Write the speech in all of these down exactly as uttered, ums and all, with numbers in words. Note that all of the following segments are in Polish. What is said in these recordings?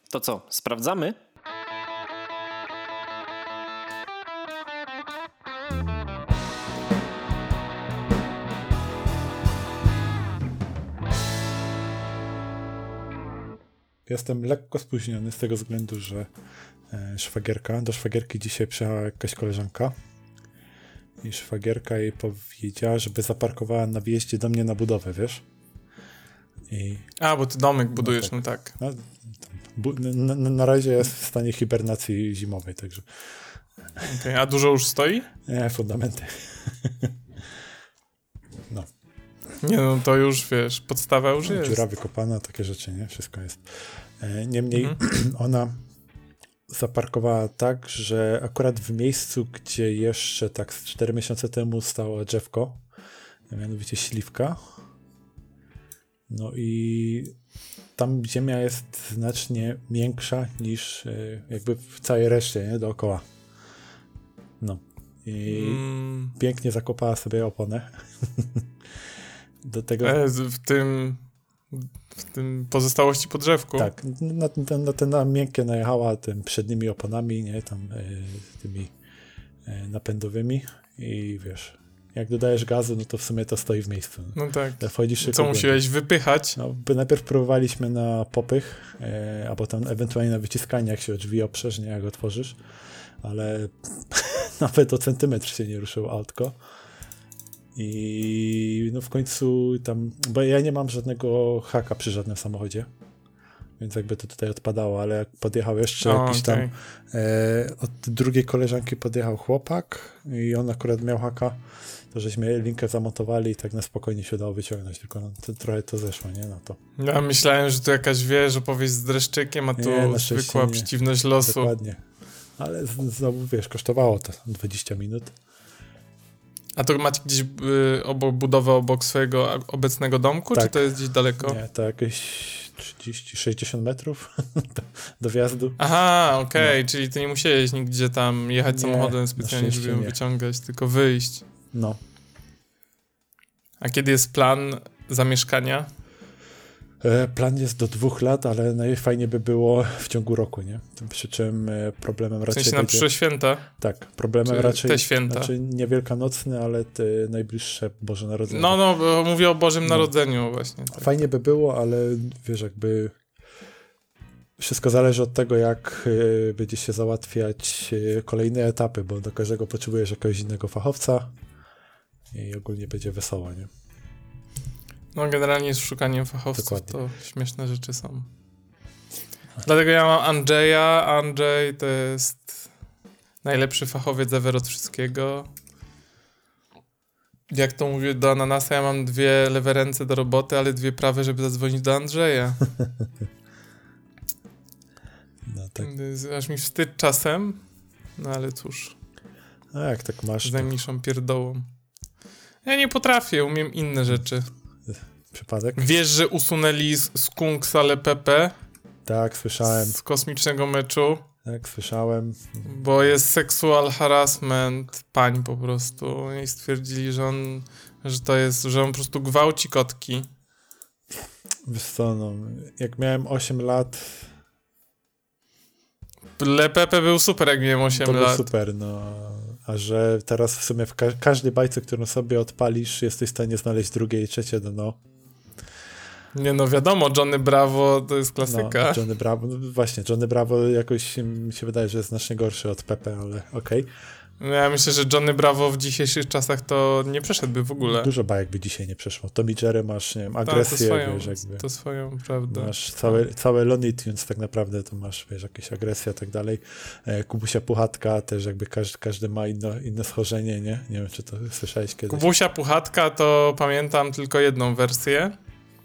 To co, sprawdzamy? Jestem lekko spóźniony z tego względu, że e, szwagierka, do szwagierki dzisiaj przyjechała jakaś koleżanka i szwagierka jej powiedziała, żeby zaparkowała na wjeździe do mnie na budowę, wiesz? I, A, bo ty domek budujesz, no tak. No, tak. No, bu- na, na razie jest w stanie hibernacji zimowej, także... Okay, a dużo już stoi? Nie, fundamenty. No. Nie, no to już, wiesz, podstawa już jest. Dziura wykopana, takie rzeczy, nie? Wszystko jest. E, niemniej mhm. ona zaparkowała tak, że akurat w miejscu, gdzie jeszcze tak z cztery miesiące temu stało drzewko, mianowicie śliwka, no i tam ziemia jest znacznie miększa niż e, jakby w całej reszcie, nie? Dookoła. No. I mm. pięknie zakopała sobie oponę. Do tego... E, w tym w tym pozostałości po drzewku. Tak, na, na, na te na miękkie najechała tym przednimi oponami, nie, tam e, tymi e, napędowymi i wiesz, jak dodajesz gazu, no to w sumie to stoi w miejscu. No tak. Wchodzisz Co musiałeś wypychać? No, by najpierw próbowaliśmy na popych, e, albo tam ewentualnie na wyciskanie, jak się drzwi oprzesz, nie, jak otworzysz, ale nawet o centymetr się nie ruszył autko. I no w końcu tam, bo ja nie mam żadnego haka przy żadnym samochodzie, więc jakby to tutaj odpadało, ale jak podjechał jeszcze o, jakiś okay. tam e, od drugiej koleżanki podjechał chłopak i on akurat miał haka, to żeśmy linkę zamontowali i tak na spokojnie się udało wyciągnąć, tylko no, to, trochę to zeszło, nie? No to. Ja myślałem, że tu jakaś, wiesz, opowieść z dreszczykiem, a tu nie, zwykła nie. przeciwność losu. Dokładnie. Ale znowu, wiesz, kosztowało to dwadzieścia minut. A to macie gdzieś y, obok, budowę obok swojego obecnego domku, tak. Czy to jest gdzieś daleko? Nie, to jakieś trzydzieści sześćdziesiąt metrów do, do wjazdu. Aha, okej, okay. No. Czyli ty nie musiałeś nigdzie tam jechać nie, samochodem specjalnie, żeby ją nie. wyciągać, tylko wyjść. No. A kiedy jest plan zamieszkania? E, plan jest do dwóch lat, ale najfajniej by było w ciągu roku, nie? Przy czym e, problemem raczej... W sensie na będzie... przyszłe święta? Tak, problemem Czy raczej... te święta? Znaczy nie wielkanocne, ale te najbliższe Boże Narodzenie. No, no, bo mówię o Bożym no. Narodzeniu właśnie. Tak. Fajnie by było, ale wiesz, jakby... Wszystko zależy od tego, jak y, będzie się załatwiać y, kolejne etapy, bo do każdego potrzebujesz jakiegoś innego fachowca i ogólnie będzie wesoło, nie? No generalnie z szukaniem fachowców Dokładnie. To śmieszne rzeczy są. Dlatego ja mam Andrzeja. Andrzej to jest najlepszy fachowiec ever od wszystkiego. Jak to mówię do Ananasa, ja mam dwie lewe ręce do roboty, ale dwie prawe, żeby zadzwonić do Andrzeja. No tak. Aż mi wstyd czasem, no ale cóż. A jak tak masz? Z najmniejszą pierdołą. Ja nie potrafię, umiem inne rzeczy. Przypadek? Wiesz, że usunęli Skunksa Lepepe? Tak, słyszałem. Z kosmicznego meczu? Tak, słyszałem. Bo jest sexual harassment pań po prostu i stwierdzili, że on, że to jest, że on po prostu gwałci kotki. Wiesz co, no, jak miałem osiem lat... Lepepe był super, jak miałem osiem to lat. To był super, no. A że teraz w sumie w ka- każdej bajce, którą sobie odpalisz, jesteś w stanie znaleźć drugie i trzecie dno. Nie no, wiadomo, Johnny Bravo to jest klasyka. No, Johnny Bravo, no właśnie, Johnny Bravo jakoś mi się wydaje, że jest znacznie gorszy od Pepe, ale okej. Okay. No ja myślę, że Johnny Bravo w dzisiejszych czasach to nie przeszedłby w ogóle. Dużo bajek by dzisiaj nie przeszło. Tommy Jerry masz, nie wiem, agresję, Ta, to swoją, wiesz, jakby. To swoją, prawda. Masz całe, całe Looney Tunes tak naprawdę, to masz, wiesz, jakieś agresja i tak dalej. E, Kubusia Puchatka też jakby każdy, każdy ma inno, inne schorzenie, nie? Nie wiem, czy to słyszałeś kiedyś. Kubusia Puchatka to pamiętam tylko jedną wersję.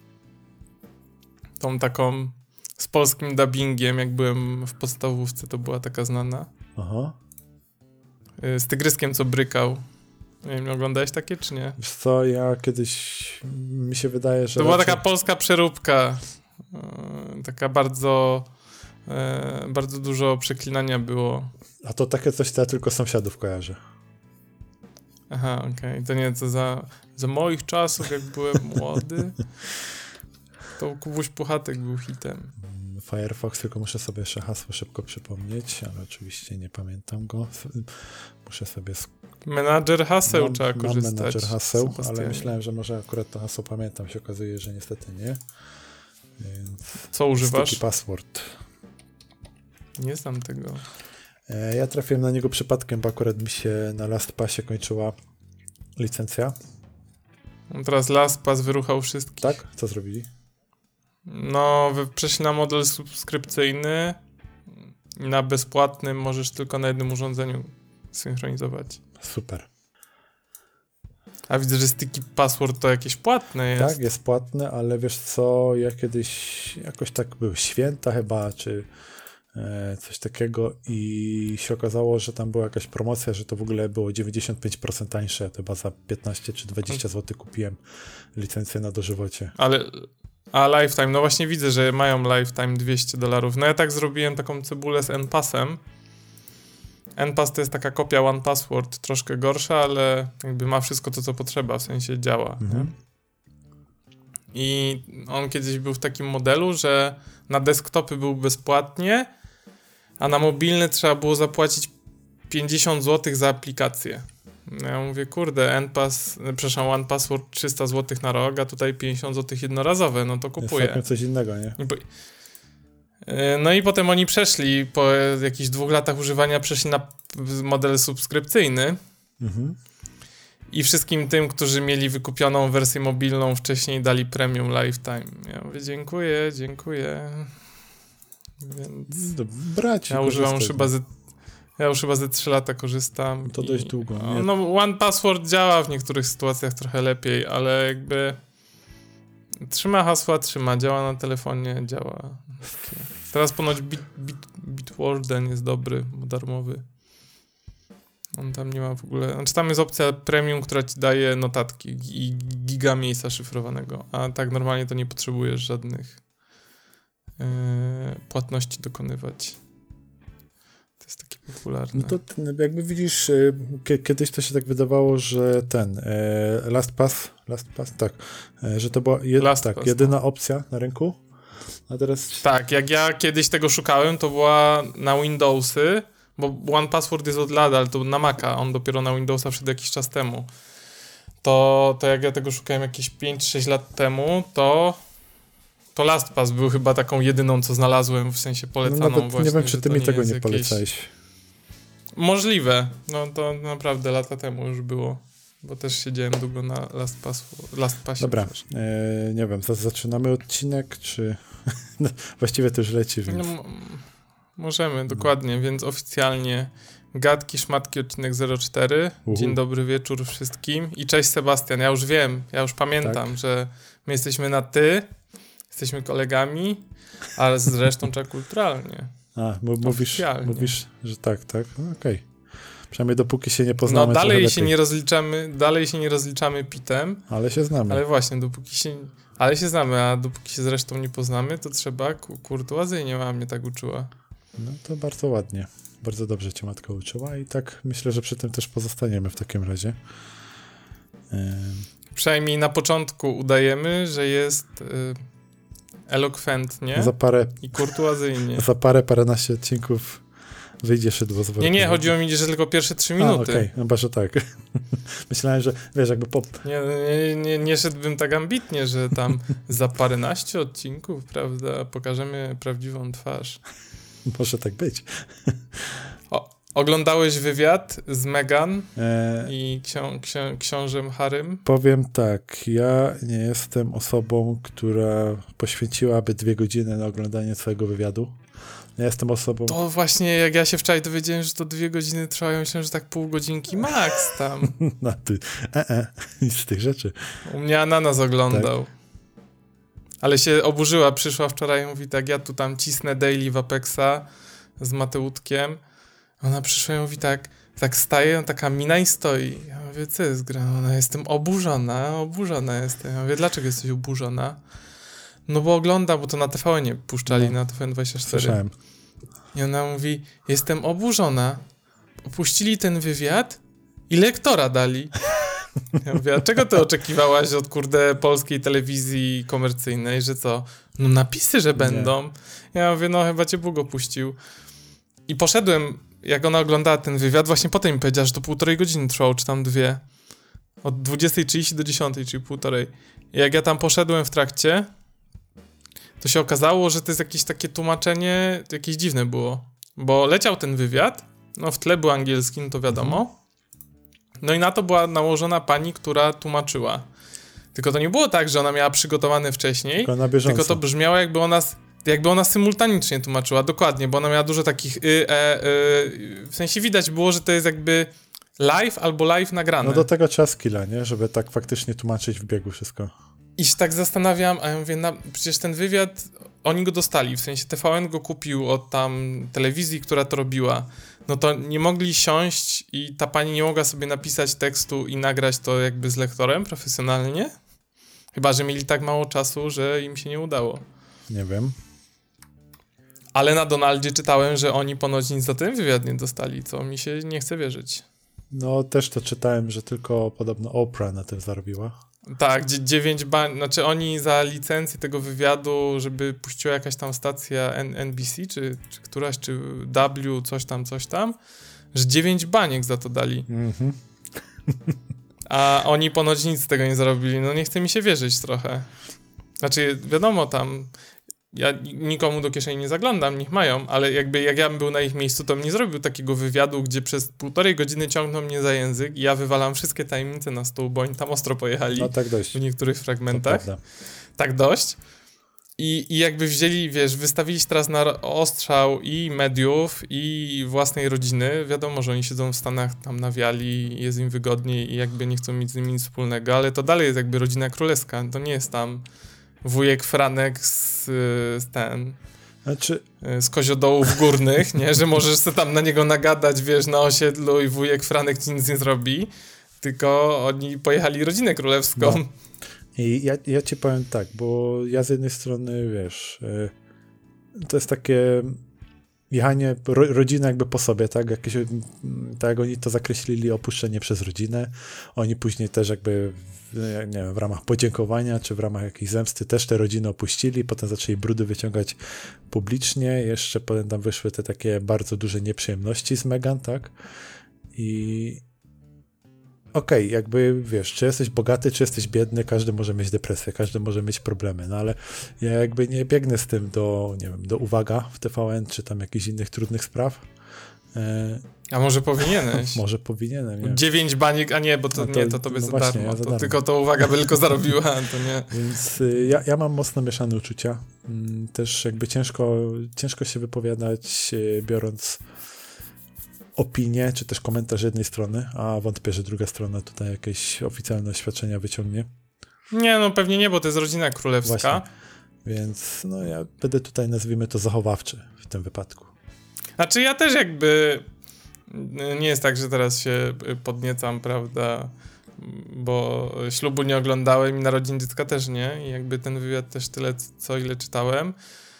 Tą taką z polskim dubbingiem, jak byłem w podstawówce, to była taka znana. Aha. Z tygryskiem, co brykał. Nie wiem, oglądałeś takie, czy nie? Wiesz co, ja kiedyś, mi się wydaje, że... To była raczej... taka polska przeróbka. Yy, taka bardzo, yy, bardzo dużo przeklinania było. A to takie coś, co ja tylko sąsiadów kojarzę. Aha, okej. Okay. To nie, to za, za moich czasów, jak byłem młody, to Kubuś Puchatek był hitem. Firefox, tylko muszę sobie jeszcze hasło szybko przypomnieć, ale oczywiście nie pamiętam go. Muszę sobie... Sk- Menadżer haseł mam, trzeba mam korzystać. menadżer haseł, ale myślałem, że może akurat to hasło pamiętam. Się okazuje, że niestety nie. Więc co używasz? Sticky Password. Nie znam tego. E, ja trafiłem na niego przypadkiem, bo akurat mi się na LastPassie kończyła licencja. No teraz LastPass wyruchał wszystkich. Tak? Co zrobili? No, przeszli na model subskrypcyjny. Na bezpłatnym możesz tylko na jednym urządzeniu synchronizować. Super. A widzę, że Sticky Password to jakieś płatne jest. Tak, jest płatne, ale wiesz co, ja kiedyś jakoś tak były święta chyba, czy e, coś takiego i się okazało, że tam była jakaś promocja, że to w ogóle było dziewięćdziesiąt pięć procent tańsze, to chyba za piętnaście czy dwadzieścia złotych kupiłem licencję na dożywocie. Ale, a Lifetime, no właśnie widzę, że mają Lifetime dwieście dolarów. No ja tak zrobiłem taką cebulę z N-Passem. N-Pass to jest taka kopia One Password, troszkę gorsza, ale jakby ma wszystko to, co potrzeba, w sensie działa. Mhm. I on kiedyś był w takim modelu, że na desktopy był bezpłatnie, a na mobilny trzeba było zapłacić pięćdziesiąt złotych za aplikację. Ja mówię, kurde, N-Pass, przepraszam, One Password trzysta złotych na rok, a tutaj pięćdziesiąt złotych jednorazowe, no to kupuję. Jest coś innego, nie? I po, no i potem oni przeszli, po jakichś dwóch latach używania, przeszli na model subskrypcyjny. Mhm. I wszystkim tym, którzy mieli wykupioną wersję mobilną, wcześniej dali premium lifetime. Ja mówię, dziękuję, dziękuję. Więc Braci, ja używam już chyba ze, ja już chyba ze trzy lata korzystam. To i, dość długo. Nie? No, One Password działa w niektórych sytuacjach trochę lepiej, ale jakby trzyma hasła, trzyma, działa na telefonie, działa. Teraz ponoć Bit, Bit, Bitwarden jest dobry, bo darmowy. On tam nie ma w ogóle... Znaczy tam jest opcja premium, która ci daje notatki i giga miejsca szyfrowanego, a tak normalnie to nie potrzebujesz żadnych yy, płatności dokonywać. To jest takie popularne. No to jakby widzisz, kiedyś to się tak wydawało, że ten e, LastPass, LastPass, tak, e, że to była jed, LastPass, tak, jedyna opcja na rynku, a teraz... Tak, jak ja kiedyś tego szukałem, to była na Windowsy, bo One Password jest od lat, ale to na Maca, on dopiero na Windowsa wszedł jakiś czas temu. To, to jak ja tego szukałem jakieś pięć sześć lat temu, to to LastPass był chyba taką jedyną, co znalazłem, w sensie polecaną. No nawet właśnie, nie wiem, czy ty mi tego nie jakieś... polecałeś. Możliwe. No to naprawdę lata temu już było, bo też siedziałem długo na LastPassu, LastPassie. Dobra, e, nie wiem, zaczynamy odcinek, czy... no, właściwie to już leci, więc... No, możemy, dokładnie, no. Więc oficjalnie Gadki, Szmatki, odcinek zero cztery. Uhu. Dzień dobry wieczór wszystkim i cześć Sebastian. Ja już wiem, ja już pamiętam, tak. że my jesteśmy na ty, jesteśmy kolegami, ale zresztą trzeba kulturalnie. A, mówisz, mówisz, że tak, tak? No, okej. Okay. Przynajmniej dopóki się nie poznamy. No dalej się nie rozliczamy, dalej się nie rozliczamy pitem. Ale się znamy. Ale właśnie, dopóki się, ale się znamy, a dopóki się zresztą nie poznamy, to trzeba kurtuazyjnie, mama mnie tak uczyła. No to bardzo ładnie. Bardzo dobrze cię matka uczyła i tak myślę, że przy tym też pozostaniemy w takim razie. Ym. Przynajmniej na początku udajemy, że jest y, elokwentnie za parę, i kurtuazyjnie. Za parę, paręnaście odcinków wyjdzie szydło z worka. Nie, nie, chodziło mi, że tylko pierwsze trzy minuty. okej, okay. Chyba, że tak. Myślałem, że wiesz, jakby pop... Nie, nie, nie, nie szedłbym tak ambitnie, że tam za paręnaście odcinków, prawda, pokażemy prawdziwą twarz. Może tak być. O, oglądałeś wywiad z Meghan e... i ksią, ksią, książem Harrym? Powiem tak, ja nie jestem osobą, która poświęciłaby dwie godziny na oglądanie swojego wywiadu. Ja jestem osobą... To właśnie, jak ja się wczoraj dowiedziałem, że to dwie godziny trwają, myślałem, że tak pół godzinki max tam. No ty, e, e, nic z tych rzeczy. U mnie Ananas oglądał. Tak. Ale się oburzyła, przyszła wczoraj i mówi tak, ja tu tam cisnę daily w Apexa z Mateutkiem. Ona przyszła i mówi tak, tak staje, taka mina i stoi. Ja mówię, co jest gra? Ona, jestem oburzona, oburzona jestem. Ja mówię, dlaczego jesteś oburzona? No bo ogląda, bo to na T V N nie puszczali, no, na T V N dwadzieścia cztery. Słyszałem. I ona mówi, jestem oburzona. Opuścili ten wywiad i lektora dali. Ja mówię, a czego ty oczekiwałaś od, kurde, polskiej telewizji komercyjnej, że co? No napisy, że będą. Nie. Ja mówię, no chyba cię Bóg opuścił. I poszedłem, jak ona oglądała ten wywiad, właśnie potem mi powiedziała, że to półtorej godziny trwało, czy tam dwie. Od dwudziestej trzydzieści do dziesiątej, czyli półtorej. I jak ja tam poszedłem w trakcie, to się okazało, że to jest jakieś takie tłumaczenie, jakieś dziwne było. Bo leciał ten wywiad, no w tle był angielski, no to wiadomo. No i na to była nałożona pani, która tłumaczyła. Tylko to nie było tak, że ona miała przygotowane wcześniej, tylko, na bieżąco. Tylko to brzmiało jakby ona, jakby ona symultanicznie tłumaczyła, dokładnie, bo ona miała dużo takich y, e, y, w sensie widać było, że to jest jakby live albo live nagrane. No do tego trzeba skilla, nie? Żeby tak faktycznie tłumaczyć w biegu wszystko. I się tak zastanawiam, a ja mówię, na, przecież ten wywiad, oni go dostali, w sensie T V N go kupił od tam telewizji, która to robiła. No to nie mogli siąść i ta pani nie mogła sobie napisać tekstu i nagrać to jakby z lektorem profesjonalnie? Chyba, że mieli tak mało czasu, że im się nie udało. Nie wiem. Ale na Donaldzie czytałem, że oni ponoć nic za ten wywiad nie dostali, co mi się nie chce wierzyć. No też to czytałem, że tylko podobno Oprah na tym zarobiła. Tak, dziewięć bań, znaczy oni za licencję tego wywiadu, żeby puściła jakaś tam stacja N B C, czy, czy któraś, czy W, coś tam, coś tam, że dziewięć baniek za to dali. Mhm. A oni ponoć nic z tego nie zarobili. No nie chce mi się wierzyć trochę. Znaczy, wiadomo, tam ja nikomu do kieszeni nie zaglądam, niech mają, ale jakby jak ja bym był na ich miejscu, to bym nie zrobił takiego wywiadu, gdzie przez półtorej godziny ciągną mnie za język i ja wywalam wszystkie tajemnice na stół, bo oni tam ostro pojechali. No tak dość. W niektórych fragmentach. Tak dość. I, I jakby wzięli, wiesz, wystawili się teraz na ostrzał i mediów, i własnej rodziny. Wiadomo, że oni siedzą w Stanach, tam na wiali, jest im wygodniej i jakby nie chcą mieć z nimi nic wspólnego, ale to dalej jest jakby rodzina królewska. To nie jest tam wujek Franek z, z ten... Znaczy... z Koziodołów Górnych, nie? Że możesz sobie tam na niego nagadać, wiesz, na osiedlu i wujek Franek ci nic nie zrobi. Tylko oni pojechali rodzinę królewską. No. I ja, ja ci powiem tak, bo ja z jednej strony, wiesz, to jest takie jechanie, ro, rodzina jakby po sobie, tak? Jakieś, tak jak oni to zakreślili, opuszczenie przez rodzinę. Oni później też jakby, nie wiem, w ramach podziękowania, czy w ramach jakiejś zemsty też te rodziny opuścili, potem zaczęli brudy wyciągać publicznie, jeszcze potem tam wyszły te takie bardzo duże nieprzyjemności z Meghan, tak? I okej, okay, jakby wiesz, czy jesteś bogaty, czy jesteś biedny, każdy może mieć depresję, każdy może mieć problemy, no ale ja jakby nie biegnę z tym do, nie wiem, do Uwaga w T V N, czy tam jakichś innych trudnych spraw. E... A może powinieneś? Może powinienem, nie? Dziewięć baniek, a nie, bo to, no to nie, to tobie no za właśnie, darmo, ja za to darmo. tylko to Uwaga by tylko zarobiła, to nie. Więc y, ja, ja mam mocno mieszane uczucia. Mm, też jakby ciężko, ciężko się wypowiadać, y, biorąc opinię, czy też komentarz jednej strony, a wątpię, że druga strona tutaj jakieś oficjalne oświadczenia wyciągnie. Nie, no pewnie nie, bo to jest rodzina królewska. Właśnie. Więc no ja będę tutaj, nazwijmy to, zachowawczy w tym wypadku. Znaczy ja też jakby nie jest tak, że teraz się podniecam, prawda, bo ślubu nie oglądałem i narodzin dziecka też nie i jakby ten wywiad też tyle, co ile czytałem.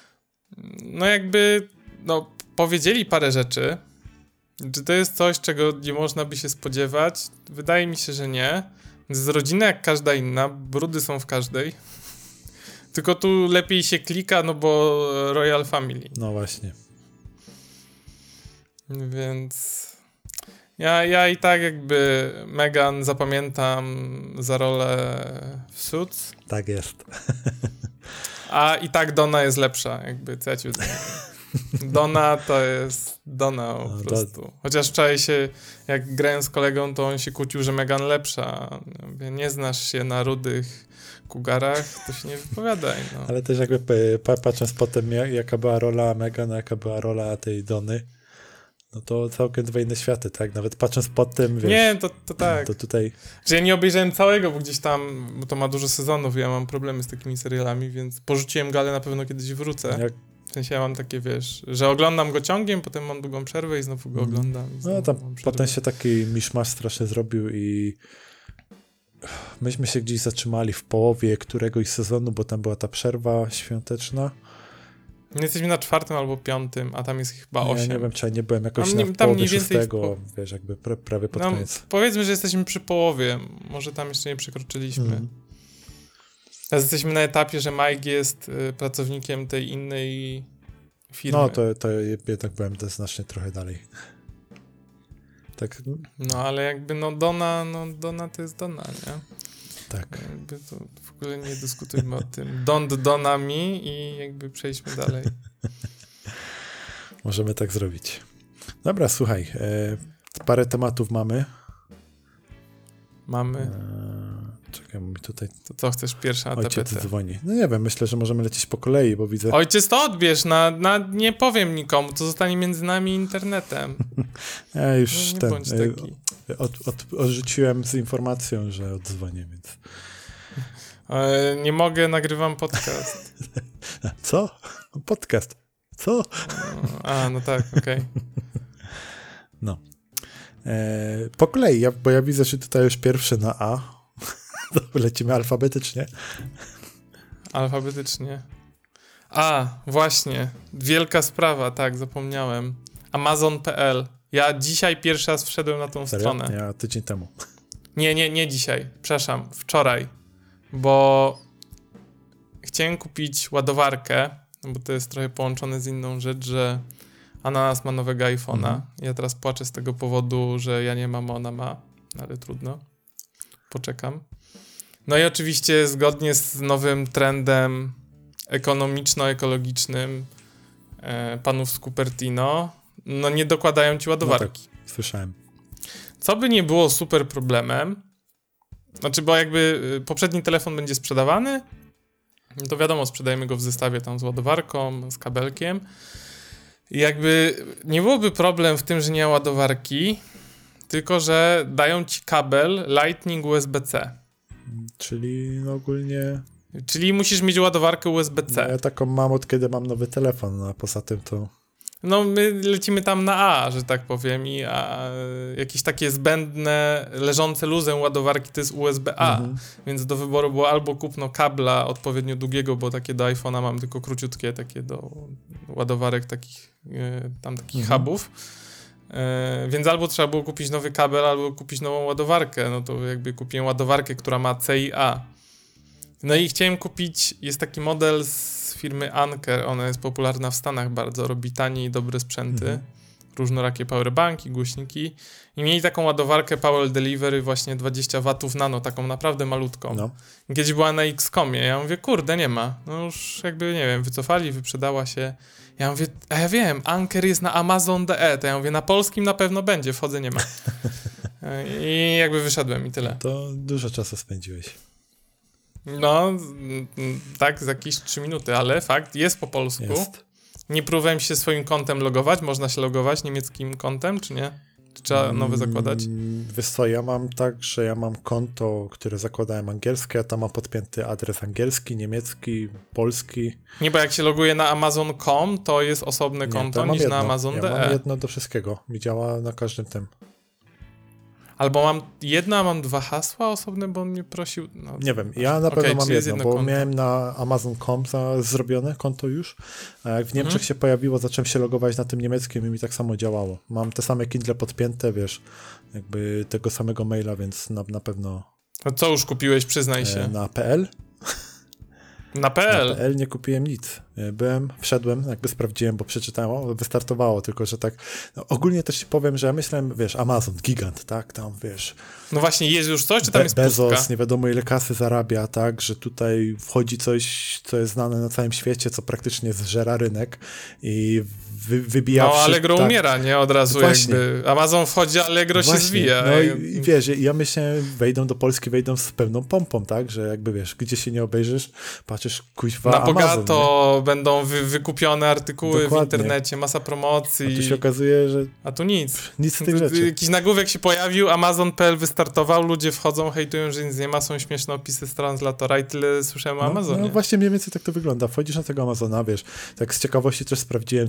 No jakby, no powiedzieli parę rzeczy. Czy to jest coś, czego nie można by się spodziewać? Wydaje mi się, że nie. Z rodziny jak każda inna, brudy są w każdej. Tylko tu lepiej się klika, no bo Royal Family. No właśnie. Więc ja, ja i tak jakby Meghan zapamiętam za rolę w Suits. Tak jest. A i tak Donna jest lepsza, jakby co ja ci Donna to jest Donna po no, prostu. To... Chociaż wczoraj się, jak grałem z kolegą, to on się kłócił, że Meghan lepsza. Nie znasz się na rudych kugarach, to się nie wypowiadaj. No. Ale też jakby patrząc potem, jaka była rola Meghan, jaka była rola tej Donny, no to całkiem dwa inne światy, tak? Nawet patrząc po tym, wiesz... Nie, to, to tak. To tutaj... Że ja nie obejrzałem całego, bo gdzieś tam, bo to ma dużo sezonów i ja mam problemy z takimi serialami, więc porzuciłem go, ale na pewno kiedyś wrócę. Jak... W sensie ja mam takie, wiesz, że oglądam go ciągiem, potem mam długą przerwę i znowu go oglądam. No tam potem się taki miszmasz strasznie zrobił i myśmy się gdzieś zatrzymali w połowie któregoś sezonu, bo tam była ta przerwa świąteczna. My jesteśmy na czwartym albo piątym, a tam jest chyba osiem. osiem. Ja nie wiem, czy ja nie byłem jakoś tam, na tam połowie mniej więcej szóstego, po... wiesz, jakby pra, prawie pod no, koniec. Powiedzmy, że jesteśmy przy połowie. Może tam jeszcze nie przekroczyliśmy. Mm. Teraz jesteśmy na etapie, że Mike jest y, pracownikiem tej innej firmy. No, to, to jednak byłem to znacznie trochę dalej. Tak. No, ale jakby no Dona, no Dona to jest Dona, nie? Tak. Jakby to w ogóle nie dyskutujmy o tym. Don't Dona mi i jakby przejdźmy dalej. Możemy tak zrobić. Dobra, słuchaj. E, parę tematów mamy. Mamy. E, czekaj, mi tutaj... To co chcesz pierwsza na Ojciec tapetę? dzwoni. No nie wiem, myślę, że możemy lecieć po kolei, bo widzę... Ojciec to odbierz, na, na, nie powiem nikomu, to zostanie między nami i internetem. Ja już no, nie ten... bądź taki. Od, od, odrzuciłem z informacją, że odzwonię, więc... E, nie mogę, nagrywam podcast. Co? Podcast. Co? A, no tak, okej. Okay. No. E, po kolei, ja, bo ja widzę, że tutaj już pierwszy na A. Lecimy alfabetycznie. Alfabetycznie. A, właśnie. Wielka sprawa, tak, zapomniałem. Amazon kropka pe el. Ja dzisiaj pierwszy raz wszedłem na tą Serio? stronę. Ja tydzień temu. Nie, nie, nie dzisiaj. Przepraszam, wczoraj. Bo chciałem kupić ładowarkę, bo to jest trochę połączone z inną rzecz, że Ananas ma nowego iPhone'a. Mhm. Ja teraz płaczę z tego powodu, że ja nie mam, ona ma, ale trudno. Poczekam. No i oczywiście zgodnie z nowym trendem ekonomiczno-ekologicznym e, panów z Cupertino, no nie dokładają ci ładowarki. No tak, słyszałem. Co by nie było super problemem, znaczy, bo jakby poprzedni telefon będzie sprzedawany, to wiadomo, sprzedajemy go w zestawie tam z ładowarką, z kabelkiem. I jakby nie byłoby problem w tym, że nie ma ładowarki, tylko że dają ci kabel Lightning U S B C. Czyli no ogólnie... Czyli musisz mieć ładowarkę U S B C. No ja taką mam od kiedy mam nowy telefon, no a poza tym to... No my lecimy tam na A, że tak powiem, i a, jakieś takie zbędne, leżące luzem ładowarki to jest U S B A, mhm. Więc do wyboru było albo kupno kabla odpowiednio długiego, bo takie do iPhone'a mam tylko króciutkie, takie do ładowarek takich, tam takich mhm. hubów, e, więc albo trzeba było kupić nowy kabel, albo kupić nową ładowarkę, no to jakby kupiłem ładowarkę, która ma C i A. No i chciałem kupić, jest taki model z firmy Anker, ona jest popularna w Stanach bardzo, robi tanie i dobre sprzęty, mhm. różnorakie powerbanki, głośniki i mieli taką ładowarkę Power Delivery właśnie dwadzieścia watów nano, taką naprawdę malutką. No. Kiedyś była na X komie, ja mówię, kurde, nie ma. No już jakby, nie wiem, wycofali, wyprzedała się. Ja mówię, a ja wiem, Anker jest na Amazon kropka de, to ja mówię, na polskim na pewno będzie, wchodzę, nie ma. I jakby wyszedłem i tyle. To dużo czasu spędziłeś. No, tak, za jakieś trzy minuty, ale fakt, jest po polsku. Jest. Nie próbowałem się swoim kontem logować. Można się logować niemieckim kontem, czy nie? Czy trzeba nowe zakładać? Mm, wiesz co, ja mam tak, że ja mam konto, które zakładałem angielskie, a tam mam podpięty adres angielski, niemiecki, polski. Nie, bo jak się loguje na amazon kropka com, to jest osobne nie, konto niż jedno. na amazon kropka de. Ja mam jedno do wszystkiego. Mi działa na każdym tym. Albo mam jedno, a mam dwa hasła osobne, bo on mnie prosił... No, nie wiem, ja na pewno okay, mam jedno, jedno bo konto. miałem na amazon kropka com zrobione konto już, a jak w Niemczech mhm. się pojawiło, zacząłem się logować na tym niemieckim i mi tak samo działało. Mam te same Kindle podpięte, wiesz, jakby tego samego maila, więc na, na pewno... A co już kupiłeś, przyznaj się? E, na P L? Na P L? Na P L nie kupiłem nic. Byłem, wszedłem, jakby sprawdziłem, bo przeczytałem, o, wystartowało, tylko że tak, no, ogólnie też ci powiem, że ja myślałem, wiesz, Amazon, gigant, tak, tam, wiesz. No właśnie, jest już coś, czy tam Be- jest Bezos, pustka? nie wiadomo ile kasy zarabia, tak, że tutaj wchodzi coś, co jest znane na całym świecie, co praktycznie zżera rynek i wy, wybija... No, wszy- Allegro tak. umiera, nie? Od razu Właśnie. jakby Amazon wchodzi, Allegro Właśnie. się zwija. No i, i wiesz, ja myślę, wejdą do Polski, wejdą z pełną pompą, tak, że jakby wiesz, gdzie się nie obejrzysz, patrzysz, kuźwa, na Amazon, bogato nie? będą wy, wykupione artykuły Dokładnie. w internecie, masa promocji. A tu się okazuje, że... A tu nic. Nic z tych rzeczy. Jakiś nagłówek się pojawił, amazon kropka pe el wystartował, ludzie wchodzą, hejtują, że nic nie ma, są śmieszne opisy z translatora i tyle słyszałem o no, Amazonie. No właśnie mniej więcej tak to wygląda. Wchodzisz na tego Amazona, wiesz, tak z ciekawości też sprawdziłem ceny Kindle.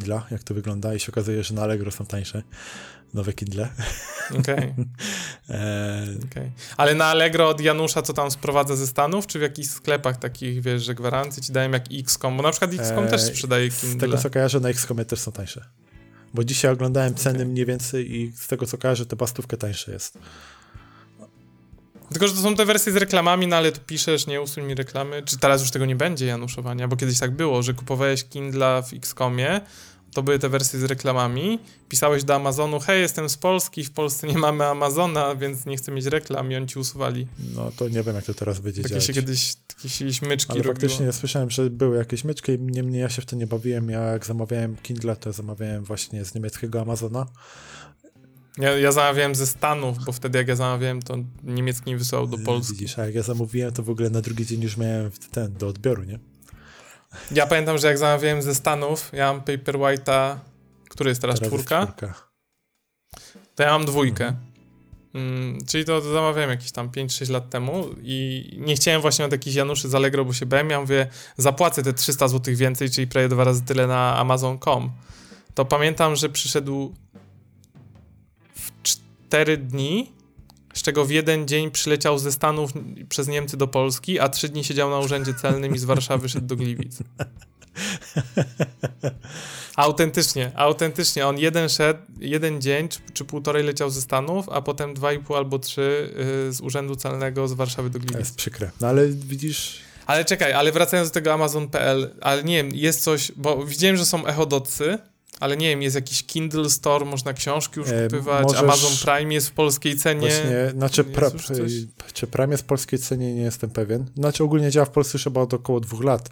Kindla, jak to wygląda i się okazuje, że na Allegro są tańsze nowe Kindle. Okej. Okay. okay. Ale na Allegro od Janusza co tam sprowadza ze Stanów, czy w jakichś sklepach takich, wiesz, że gwarancje ci dają jak X COM? Bo na przykład X COM eee, też sprzedaje Kindle. Z tego co kojarzę, na X COMie też są tańsze. Bo dzisiaj oglądałem ceny okay. mniej więcej i z tego co kojarzę, to bastówkę tańsze jest. Tylko, że to są te wersje z reklamami, no ale tu piszesz, nie usuń mi reklamy. Czy teraz już tego nie będzie januszowania? Bo kiedyś tak było, że kupowałeś Kindla w X COMie, to były te wersje z reklamami, pisałeś do Amazonu, hej, jestem z Polski, w Polsce nie mamy Amazona, więc nie chcę mieć reklam i oni ci usuwali. No to nie wiem, jak to teraz będzie takie działać. Się kiedyś, takie się śmyczki Ale robiło. faktycznie ja słyszałem, że były jakieś myczki, niemniej ja się w to nie bawiłem. Ja jak zamawiałem Kindla, to zamawiałem właśnie z niemieckiego Amazona. Ja, ja zamawiałem ze Stanów, bo wtedy jak ja zamawiałem, to niemiecki nie wysłał do Polski. Widzisz, a jak ja zamówiłem, to w ogóle na drugi dzień już miałem ten, do odbioru, nie? Ja pamiętam, że jak zamawiałem ze Stanów, ja mam Paperwhite'a, który jest teraz, teraz czwórka, jest czwórka, to ja mam dwójkę. Mhm. Mm, czyli to, to zamawiałem jakieś tam pięć sześć lat temu i nie chciałem właśnie od jakichś Januszy z Allegro, bo się bałem. Ja mówię, zapłacę te trzysta złotych więcej, czyli prawie dwa razy tyle na amazon kropka com. To pamiętam, że przyszedł w cztery dni, z czego w jeden dzień przyleciał ze Stanów przez Niemcy do Polski, a trzy dni siedział na urzędzie celnym i z Warszawy szedł do Gliwic. Autentycznie, autentycznie. On jeden szedł, jeden dzień czy, czy półtorej leciał ze Stanów, a potem dwa i pół albo trzy yy, z urzędu celnego z Warszawy do Gliwic. To jest przykre. No ale widzisz... Ale czekaj, ale wracając do tego amazon kropka p l, ale nie wiem, jest coś, bo widziałem, że są echodocy, ale nie wiem, jest jakiś Kindle Store, można książki już e, kupywać, możesz... Amazon Prime jest w polskiej cenie. Właśnie, znaczy pra... czy Prime jest w polskiej cenie, nie jestem pewien. Znaczy ogólnie działa w Polsce już chyba od około dwóch lat.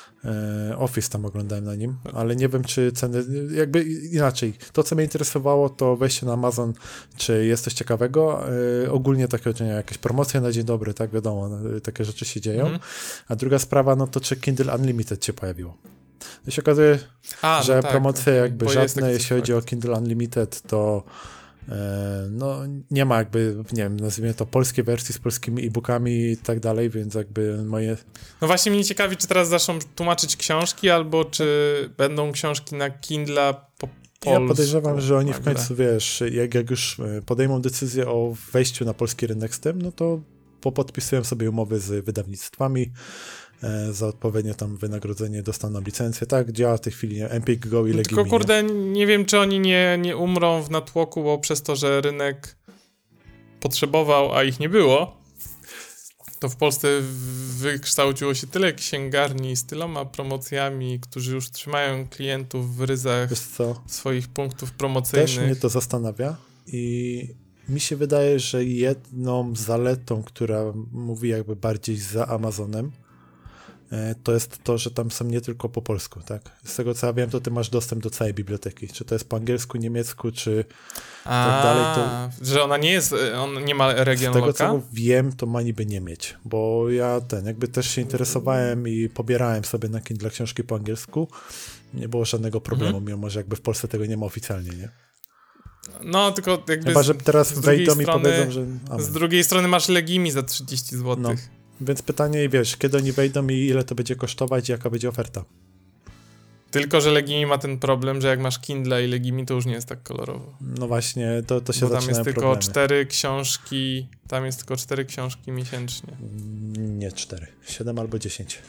E, Office tam oglądałem na nim, ale nie wiem, czy ceny, jakby inaczej. To, co mnie interesowało, to wejście na Amazon, czy jest coś ciekawego. E, ogólnie takie, nie, jakieś promocje na dzień dobry, tak wiadomo, takie rzeczy się dzieją. Mm. A druga sprawa, no to czy Kindle Unlimited się pojawiło. I się okazuje, A, że no tak, promocje okay. jakby Bo żadne, jeśli chodzi o Kindle Unlimited, to e, no nie ma jakby, nie wiem, nazwijmy to polskiej wersji z polskimi e-bookami i tak dalej, więc jakby moje... No właśnie mnie ciekawi, czy teraz zaczną tłumaczyć książki, albo czy będą książki na Kindle po polsku. Ja podejrzewam, że oni w końcu, wiesz, jak, jak już podejmą decyzję o wejściu na polski rynek z tym, no to popodpisują sobie umowy z wydawnictwami, za odpowiednie tam wynagrodzenie dostaną licencję. Tak działa w tej chwili Empik Go i Legimi. Tylko kurde, nie? nie wiem, czy oni nie, nie umrą w natłoku, bo przez to, że rynek potrzebował, a ich nie było, to w Polsce wykształciło się tyle księgarni z tyloma promocjami, którzy już trzymają klientów w ryzach swoich punktów promocyjnych. Też mnie to zastanawia i mi się wydaje, że jedną zaletą, która mówi jakby bardziej za Amazonem, to jest to, że tam są nie tylko po polsku, tak? Z tego co ja wiem, to ty masz dostęp do całej biblioteki. Czy to jest po angielsku, niemiecku, czy A, tak dalej. To... Że ona nie jest, on nie ma region Z tego loka? co wiem, to ma niby nie mieć, bo ja ten, jakby też się interesowałem i pobierałem sobie na Kindle książki po angielsku. Nie było żadnego problemu, mhm. mimo że jakby w Polsce tego nie ma oficjalnie, nie? No, tylko jakby... Chyba, że teraz wejdą i powiedzą, że... Amen. Z drugiej strony masz Legimi za trzydzieści złotych. No. Więc pytanie, wiesz, kiedy oni wejdą i ile to będzie kosztować i jaka będzie oferta? Tylko, że Legimi ma ten problem, że jak masz Kindle i Legimi, to już nie jest tak kolorowo. No właśnie, to, to się zaczynają problemy. Bo tam jest problemy. tylko cztery książki, tam jest tylko cztery książki miesięcznie. Nie cztery, siedem albo dziesięć.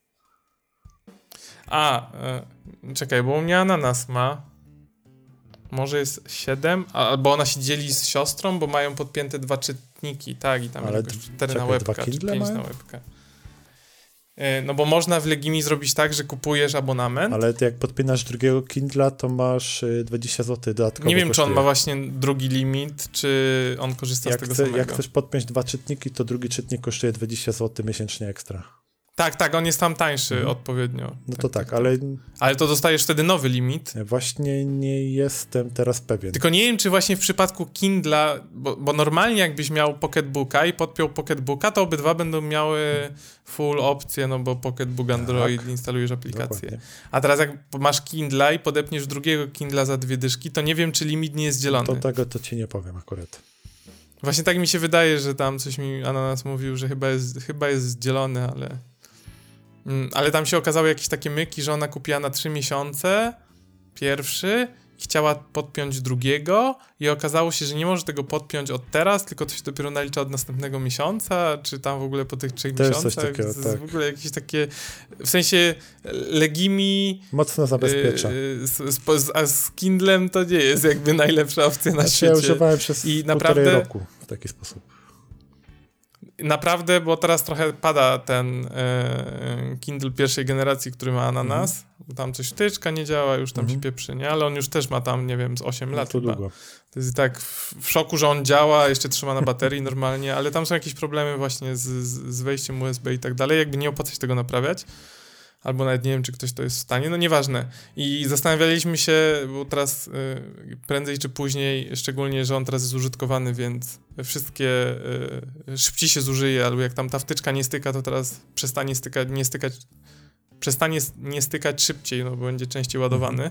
A, y, czekaj, bo u mnie Ananas ma, może jest siedem, albo ona się dzieli z siostrą, bo mają podpięte dwa czytniki, tak, i tam ale jakoś cztery na łebkę, czy pięć mają? na łebkę. No bo można w Legimi zrobić tak, że kupujesz abonament. Ale ty jak podpinasz drugiego Kindla, to masz dwadzieścia złotych dodatkowo. Nie wiem, kosztuje. czy on ma właśnie drugi limit, czy on korzysta jak z tego chce, samego. Jak chcesz podpiąć dwa czytniki, to drugi czytnik kosztuje dwadzieścia złotych miesięcznie ekstra. Tak, tak, on jest tam tańszy mhm. odpowiednio. No tak, to tak, tak, ale... Ale to dostajesz wtedy nowy limit. Właśnie nie jestem teraz pewien. Tylko nie wiem, czy właśnie w przypadku Kindla, bo, bo normalnie jakbyś miał Pocketbooka i podpiął Pocketbooka, to obydwa będą miały full opcję, no bo Pocketbook Android, tak. instalujesz aplikację. Dokładnie. A teraz jak masz Kindla i podepniesz drugiego Kindla za dwie dyszki, to nie wiem, czy limit nie jest dzielony. To tego to ci nie powiem akurat. Właśnie tak mi się wydaje, że tam coś mi Ananas mówił, że chyba jest, chyba jest dzielony, ale... Ale tam się okazały jakieś takie myki, że ona kupiła na trzy miesiące pierwszy, chciała podpiąć drugiego i okazało się, że nie może tego podpiąć od teraz, tylko to się dopiero nalicza od następnego miesiąca, czy tam w ogóle po tych trzech Też miesiącach. coś takiego, z, tak. W ogóle jakieś takie, w sensie Legimi... Mocno zabezpiecza. Yy, z, z, a z Kindlem to nie jest jakby najlepsza opcja na znaczy, świecie. Ja używałem przez I półtorej naprawdę, roku w taki sposób. Naprawdę, bo teraz trochę pada ten e, Kindle pierwszej generacji, który ma ananas. Mhm. Tam coś wtyczka nie działa, już tam mhm. się pieprzy, nie? Ale on już też ma tam, nie wiem, z osiem no lat to chyba. Długo. To jest tak w, w szoku, że on działa, jeszcze trzyma na baterii normalnie, ale tam są jakieś problemy właśnie z, z wejściem U S B i tak dalej. Jakby nie opłaca się tego naprawiać. Albo nawet nie wiem, czy ktoś to jest w stanie, no nieważne. I zastanawialiśmy się, bo teraz y, prędzej czy później, szczególnie, że on teraz jest użytkowany, więc wszystkie y, szybciej się zużyje, albo jak tam ta wtyczka nie styka, to teraz przestanie stykać, nie stykać, przestanie nie stykać szybciej, no bo będzie częściej ładowany.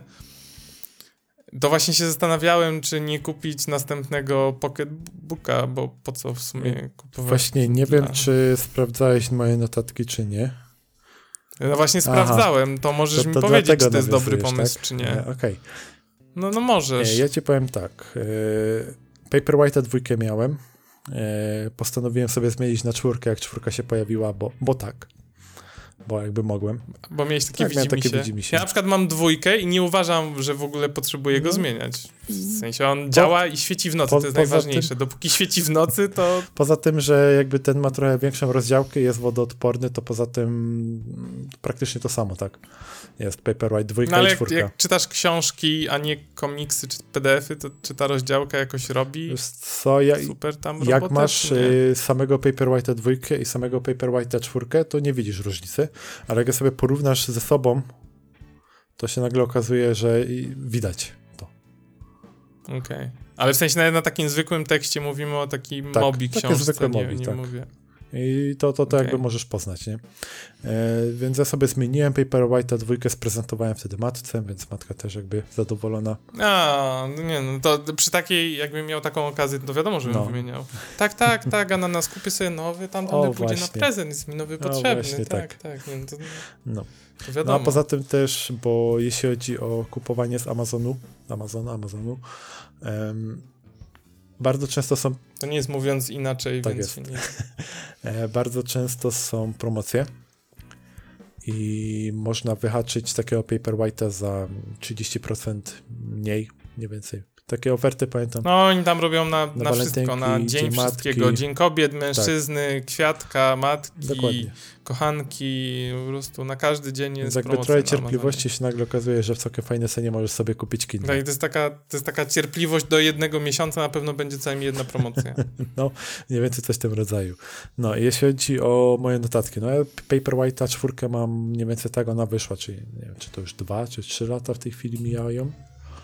To właśnie się zastanawiałem, czy nie kupić następnego pocketbooka, bo po co w sumie kupować? Właśnie nie wiem, czy sprawdzałeś moje notatki, czy nie. No właśnie sprawdzałem, Aha. to możesz to, to mi powiedzieć, czy to jest dobry pomysł, tak? czy nie. E, Okej. Okay. No, no możesz. E, ja ci powiem tak. E, Paperwhite'a dwójkę miałem. E, postanowiłem sobie zmienić na czwórkę, jak czwórka się pojawiła, bo, bo tak. Bo jakby mogłem. Bo miałeś takie, tak, takie widzimisię. Ja na przykład mam dwójkę i nie uważam, że w ogóle potrzebuję go no. zmieniać. W sensie on po, działa i świeci w nocy, po, to jest najważniejsze. Tym, Dopóki świeci w nocy, to... Poza tym, że jakby ten ma trochę większą rozdziałkę, jest wodoodporny, to poza tym praktycznie to samo, tak? Jest Paperwhite dwójka no, ale i czwórka. Jak, jak czytasz książki, a nie komiksy czy P D F-y, to czy ta rozdziałka jakoś robi co, ja, super tam jak robotę, masz y, samego Paperwhite'a dwójkę i samego Paperwhite'a czwórkę, to nie widzisz różnicy, ale jak sobie porównasz ze sobą, to się nagle okazuje, że widać to. Okej. Okay. Ale w sensie nawet na takim zwykłym tekście mówimy o takim tak, mobi książce, zwykłe nie, mobi, nie tak. mówię. I to, to, to okay. jakby możesz poznać, nie? E, więc ja sobie zmieniłem Paperwhite'a dwójkę, sprezentowałem wtedy matce, więc matka też jakby zadowolona. A, no nie no, to przy takiej, jakbym miał taką okazję, to wiadomo, żebym no. wymieniał. Tak, tak, tak, Ananas, kupię sobie nowy, tamten o, pójdzie na prezent, jest mi nowy potrzebny. O, właśnie, tak, tak. tak nie, to, no. to wiadomo. No a poza tym też, bo jeśli chodzi o kupowanie z Amazonu, Amazonu, Amazonu, um, bardzo często są... To nie jest mówiąc inaczej, tak więc... Jest. Nie... bardzo często są promocje i można wyhaczyć takiego Paperwhite'a za trzydzieści procent mniej, mniej więcej. Takie oferty, pamiętam. No oni tam robią na, na, na wszystko, na dzień, dzień wszystkiego. Matki. Dzień kobiet, mężczyzny, tak. kwiatka, matki, Dokładnie. kochanki, po prostu na każdy dzień jest jakby promocja. Trochę cierpliwości się nagle okazuje, że w całkiem fajnej cenie możesz sobie kupić Kindle. Tak, i to jest, taka, to jest taka cierpliwość do jednego miesiąca, na pewno będzie co najmniej jedna promocja. No, mniej więcej coś w tym rodzaju. No, jeśli chodzi o moje notatki, no ja Paperwhite'a czwórkę mam mniej więcej tak, ona wyszła, czyli nie wiem, czy to już dwa, czy trzy lata w tej chwili mijają.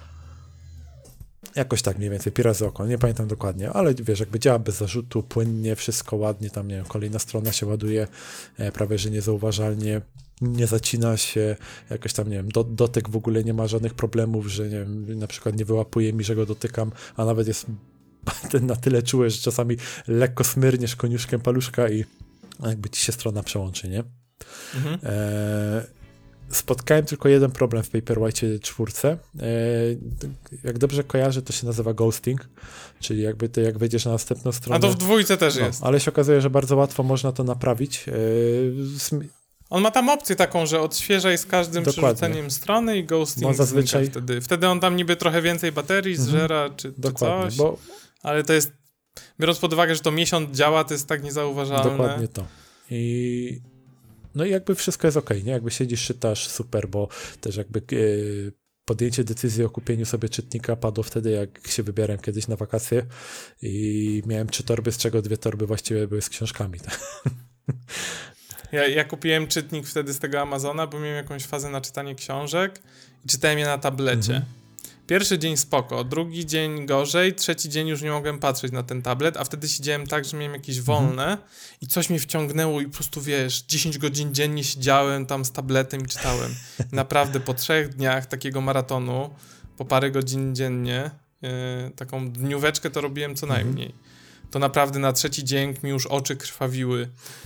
Jakoś tak mniej więcej, pi razy oko, nie pamiętam dokładnie, ale wiesz, jakby działa bez zarzutu, płynnie, wszystko ładnie, tam nie wiem, kolejna strona się ładuje e, prawie, że niezauważalnie, nie zacina się, jakoś tam, nie wiem, do, dotyk w ogóle nie ma żadnych problemów, że nie wiem, na przykład nie wyłapuje mi, że go dotykam, a nawet jest na tyle czuły, że czasami lekko smyrniesz koniuszkiem paluszka i jakby ci się strona przełączy, nie? Mhm. E, Spotkałem tylko jeden problem w Paperwhite'cie czwórce. Jak dobrze kojarzę, to się nazywa ghosting, czyli jakby ty jak wejdziesz na następną stronę... A to w dwójce też no, jest. Ale się okazuje, że bardzo łatwo można to naprawić. On ma tam opcję taką, że odświeżaj z każdym Dokładnie. przerzuceniem strony i ghosting no, zazwyczaj... wtedy. Wtedy on tam niby trochę więcej baterii zżera, mhm. czy, czy coś, bo... ale to jest, biorąc pod uwagę, że to miesiąc działa, to jest tak niezauważalne. Dokładnie to. I... No i jakby wszystko jest okej, nie? Jakby siedzisz, czytasz, super, bo też jakby yy, podjęcie decyzji o kupieniu sobie czytnika padło wtedy, jak się wybierałem kiedyś na wakacje i miałem trzy torby, z czego dwie torby właściwie były z książkami. Ja, ja kupiłem czytnik wtedy z tego Amazona, bo miałem jakąś fazę na czytanie książek i czytałem je na tablecie. Mhm. Pierwszy dzień spoko, drugi dzień gorzej, trzeci dzień już nie mogłem patrzeć na ten tablet, a wtedy siedziałem tak, że miałem jakieś wolne mhm. i coś mnie wciągnęło i po prostu, wiesz, dziesięć godzin dziennie siedziałem tam z tabletem i czytałem. Naprawdę po trzech dniach takiego maratonu, po parę godzin dziennie, yy, taką dnióweczkę to robiłem co najmniej. Mhm. To naprawdę na trzeci dzień mi już oczy krwawiły.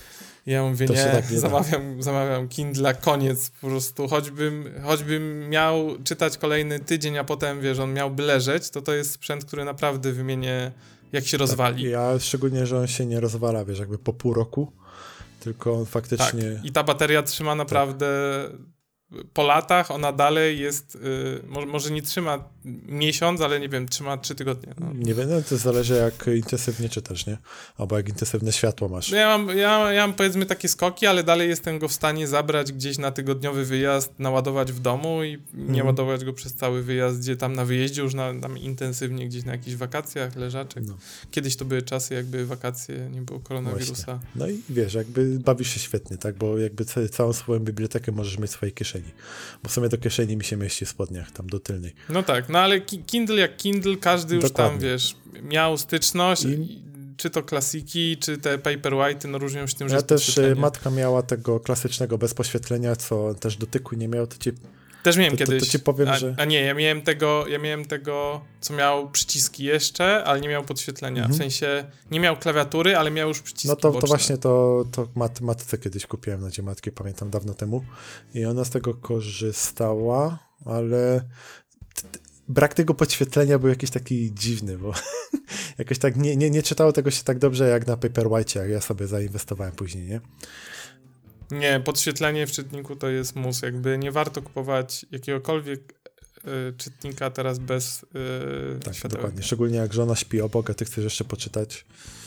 Ja mówię, To się nie, tak nie da. zamawiam, zamawiam Kindla, koniec po prostu. Choćbym, choćbym miał czytać kolejny tydzień, a potem, wiesz, on miałby leżeć, to to jest sprzęt, który naprawdę wymienię, jak się rozwali. Tak, ja szczególnie, że on się nie rozwala, wiesz, jakby po pół roku, tylko on faktycznie... Tak, i ta bateria trzyma naprawdę... Po latach ona dalej jest, yy, może, może nie trzyma miesiąc, ale nie wiem, trzyma trzy tygodnie. No. Nie wiem, no to zależy jak intensywnie czytasz, nie? Albo jak intensywne światło masz. No ja, mam, ja, ja mam powiedzmy takie skoki, ale dalej jestem go w stanie zabrać gdzieś na tygodniowy wyjazd, naładować w domu i nie Mhm. ładować go przez cały wyjazd, gdzie tam na wyjeździe już na, tam intensywnie gdzieś na jakichś wakacjach, leżaczek. No. Kiedyś to były czasy jakby wakacje, nie było koronawirusa. Właśnie. No i wiesz, jakby bawisz się świetnie, tak? Bo jakby ca- całą swoją bibliotekę możesz mieć w swojej kieszeni. Bo w sumie do kieszeni mi się mieści w spodniach, tam do tylnej. No tak, no ale ki- Kindle jak Kindle, każdy już Dokładnie. tam, wiesz, miał styczność, I- czy to klasiki, czy te Paperwhite'y, no różnią się tym, że Ja jest też podświetlenie. y, matka miała tego klasycznego bez poświetlenia, co też dotyku nie miał, to ci... Też miałem to- to- kiedyś. to ci powiem, a, że- a nie, ja miałem tego, ja miałem tego, co miał przyciski jeszcze, ale nie miał podświetlenia. Mhm. W sensie nie miał klawiatury, ale miał już przyciski No to, to boczne. właśnie to, to mat, matce kiedyś kupiłem na Dzień Matki, pamiętam dawno temu. I ona z tego korzystała, ale t- t- brak tego podświetlenia był jakiś taki dziwny, bo jakoś tak nie, nie, nie czytało tego się tak dobrze jak na Paperwhite, jak ja sobie zainwestowałem później, nie? Nie, podświetlenie w czytniku to jest mus. Jakby nie warto kupować jakiegokolwiek y, czytnika teraz bez y, Tak, światełek. dokładnie. Szczególnie jak żona śpi obok, a ty chcesz jeszcze poczytać.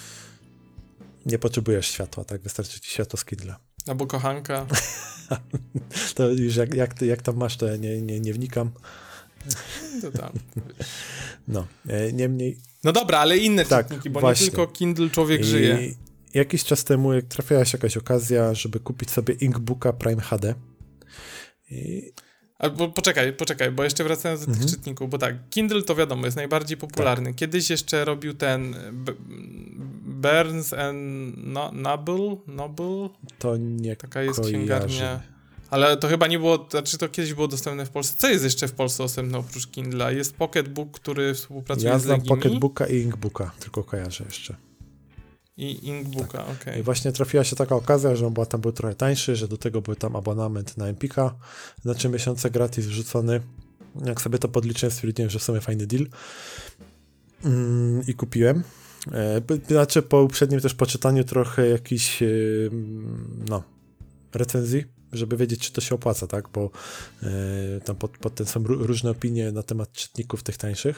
Nie potrzebujesz światła, tak? Wystarczy ci światło z Kindla. Albo kochanka. To już jak, jak, ty, jak tam masz, to ja nie, nie, nie wnikam. To tam. No, e, niemniej... No dobra, ale inne Tak, czytniki, bo właśnie. nie tylko Kindle człowiek żyje. I jakiś czas temu jak trafiała się jakaś okazja, żeby kupić sobie Inkbooka Prime H D. I... Albo poczekaj, poczekaj, bo jeszcze wracając do Mhm. tych czytników, bo tak, Kindle to wiadomo, jest najbardziej popularny. Kiedyś jeszcze robił ten B- Burns and no, Noble, Noble, To nie taka jest kojarzę. księgarnia. Ale to chyba nie było, znaczy to kiedyś było dostępne w Polsce. Co jest jeszcze w Polsce dostępne oprócz Kindla? Jest Pocketbook, który współpracuje Ja z znam Legimi Pocketbooka i Inkbooka, tylko kojarzę jeszcze. i Inkbooka, Tak. okej. I właśnie trafiła się taka okazja, że on była, tam był trochę tańszy, że do tego był tam abonament na Empika, na trzy miesiące gratis wrzucony. Jak sobie to podliczyłem, stwierdziłem, że w sumie fajny deal. Mm, I kupiłem. E, b- znaczy po uprzednim też poczytaniu trochę jakichś e, no, recenzji, żeby wiedzieć, czy to się opłaca, tak? Bo e, tam pod, pod tym są ró- różne opinie na temat czytników tych tańszych.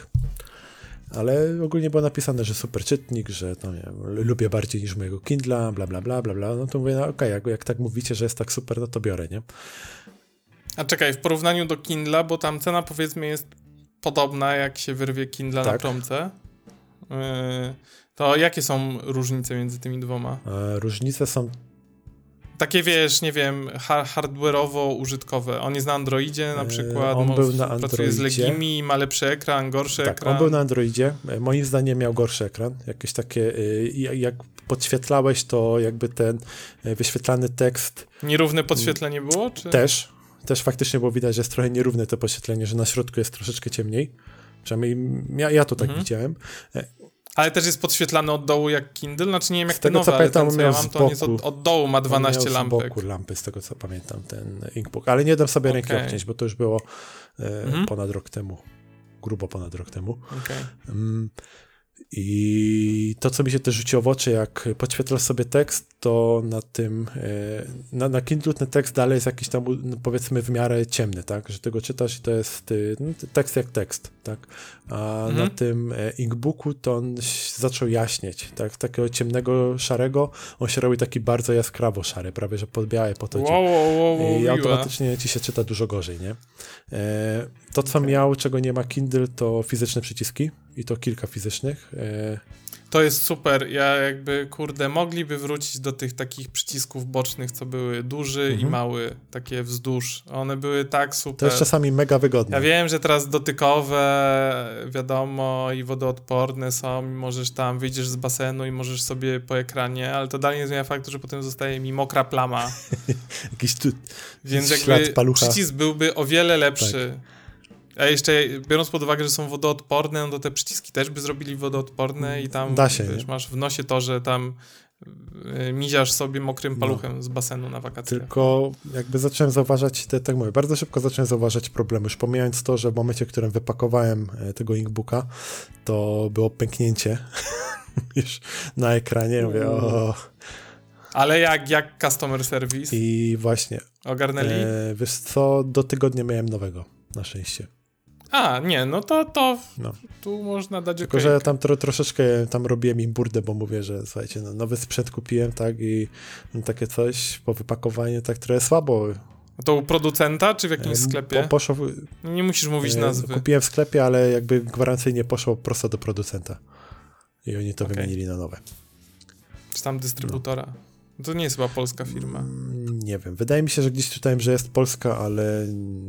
Ale ogólnie było napisane, że super czytnik, że no nie, wiem, lubię bardziej niż mojego Kindla, bla, bla, bla, bla, bla. No to mówię, no okej, okay, jak, jak tak mówicie, że jest tak super, no to biorę, nie? A czekaj, w porównaniu do Kindla, bo tam cena powiedzmy jest podobna, jak się wyrwie Kindla na Tak. promce, yy, to jakie są różnice między tymi dwoma? E, różnice są... Takie wiesz, nie wiem, ha- hardware'owo-użytkowe. On jest na Androidzie na E, przykład, on mo- był na pracuje z Androidzie. Legimi, ma lepszy ekran, gorszy Tak, ekran. on był na Androidzie. E, Moim zdaniem miał gorszy ekran. Jakieś takie... e, jak- jak podświetlałeś, to jakby ten e, wyświetlany tekst Nierówne podświetlenie było? Czy? też, też faktycznie było widać, że jest trochę nierówne to podświetlenie, że na środku jest troszeczkę ciemniej. Przynajmniej ja, ja to tak Mhm. widziałem. Ale też jest podświetlany od dołu jak Kindle? Znaczy nie wiem jak Z te tego, nowe, co ale pamiętam, ten, co on ja miał mam, z to on jest od, boku. od dołu, ma dwanaście On miał lampek. z boku lampy, z tego co pamiętam, ten Inkbook. Ale nie dam sobie ręki Okej. obciąć, bo to już było e, Mhm. ponad rok temu. Grubo ponad rok temu. Okej. Mm, I to, co mi się też rzuciło w oczy, jak podświetlasz sobie tekst, to na tym, e, na, na Kindle ten tekst dalej jest jakiś tam, no, powiedzmy, w miarę ciemny, tak? Że tego czytasz i to jest y, no, tekst jak tekst, tak? A Mhm. na tym e, Inkbooku to on ś- zaczął jaśnieć, tak? Takiego ciemnego, szarego, on się robi taki bardzo jaskrawo szary, prawie że pod białe potoczy. Wow, wow, wow, wow, I miłe. automatycznie ci się czyta dużo gorzej, nie? E, to, co Okej. miał, czego nie ma Kindle, to fizyczne przyciski i to kilka fizycznych. E, To jest super. Ja jakby, kurde, mogliby wrócić do tych takich przycisków bocznych, co były duży Mhm. i mały, takie wzdłuż. One były tak to super. jest czasami mega wygodne. Ja wiem, że teraz dotykowe, wiadomo, i wodoodporne są, i możesz tam, wyjdziesz z basenu i możesz sobie po ekranie, ale to dalej nie zmienia faktu, że potem zostaje mi mokra plama. Jakiś tu, Więc ślad jakby palucha. przycisk byłby o wiele lepszy. A jeszcze biorąc pod uwagę, że są wodoodporne, no to te przyciski też by zrobili wodoodporne i tam Da się, wiesz, nie? masz w nosie to, że tam y, miziasz sobie mokrym paluchem no. z basenu na wakacjach. Tylko jakby zacząłem zauważać, te, tak mówię, bardzo szybko zacząłem zauważać problemy. Już pomijając to, że w momencie, w którym wypakowałem tego inkbooka, to było pęknięcie już na ekranie. Mówię, o... Ale jak, jak customer service? I właśnie. Ogarnęli? E, wiesz co, do tygodnia miałem nowego, na szczęście. A, nie, no to, to no. tu można dać Tylko, okejkę. Że tam tro, troszeczkę tam robiłem im burdę, bo mówię, że słuchajcie, no, nowy sprzęt kupiłem, tak, i no, takie coś po wypakowaniu tak trochę słabo. A to u producenta, czy w jakimś sklepie? Po, poszło, nie musisz mówić nazwy. Kupiłem w sklepie, ale jakby gwarancyjnie poszło prosto do producenta. I oni to okay. wymienili na nowe. Czy tam dystrybutora? No. To nie jest chyba polska firma. Nie wiem. Wydaje mi się, że gdzieś czytałem, że jest polska, ale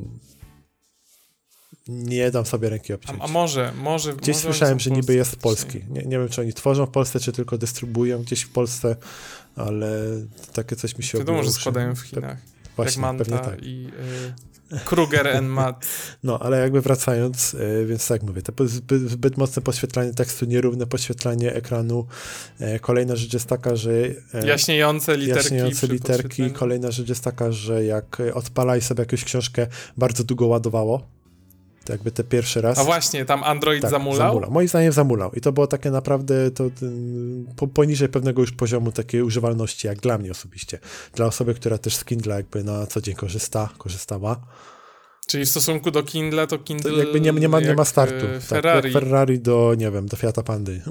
nie dam sobie ręki obciąć. A, a może, może... Gdzieś może słyszałem, że niby jest polski. Nie, nie wiem, czy oni tworzą w Polsce, czy tylko dystrybuują gdzieś w Polsce, ale takie coś mi się obiło. To może składają w Chinach. Właśnie, jak Manta tak. i y, Kruger and Matt. No, ale jakby wracając, y, więc tak mówię, to zbyt, zbyt mocne podświetlanie tekstu, nierówne podświetlanie ekranu. Y, kolejna rzecz jest taka, że... Y, jaśniejące literki. Jaśniejące literki. Kolejna rzecz jest taka, że jak odpalaj sobie jakąś książkę, bardzo długo ładowało. To jakby te pierwszy raz. A właśnie, tam Android tak, zamulał? zamulał? Moim zdaniem zamulał. I to było takie naprawdę to, po, poniżej pewnego już poziomu takiej używalności, jak dla mnie osobiście. Dla osoby, która też z Kindle jakby na co dzień korzysta, korzystała. Czyli w stosunku do Kindle, to Kindle to jakby nie, nie, ma, nie ma startu. Ferrari. Tak, Ferrari do, nie wiem, do Fiata Pandy.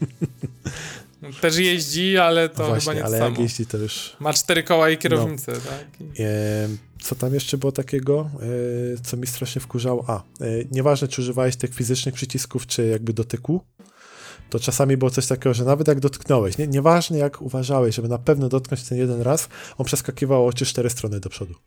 Też jeździ, ale to właśnie, chyba nie ale samo. jak jeździ, to już... Ma cztery koła i kierownicę, no. tak? I... E, co tam jeszcze było takiego, e, co mi strasznie wkurzało? A, e, nieważne, czy używałeś tych fizycznych przycisków, czy jakby dotyku, to czasami było coś takiego, że nawet jak dotknąłeś, nie, nieważne jak uważałeś, żeby na pewno dotknąć ten jeden raz, on przeskakiwał o trzy cztery strony do przodu.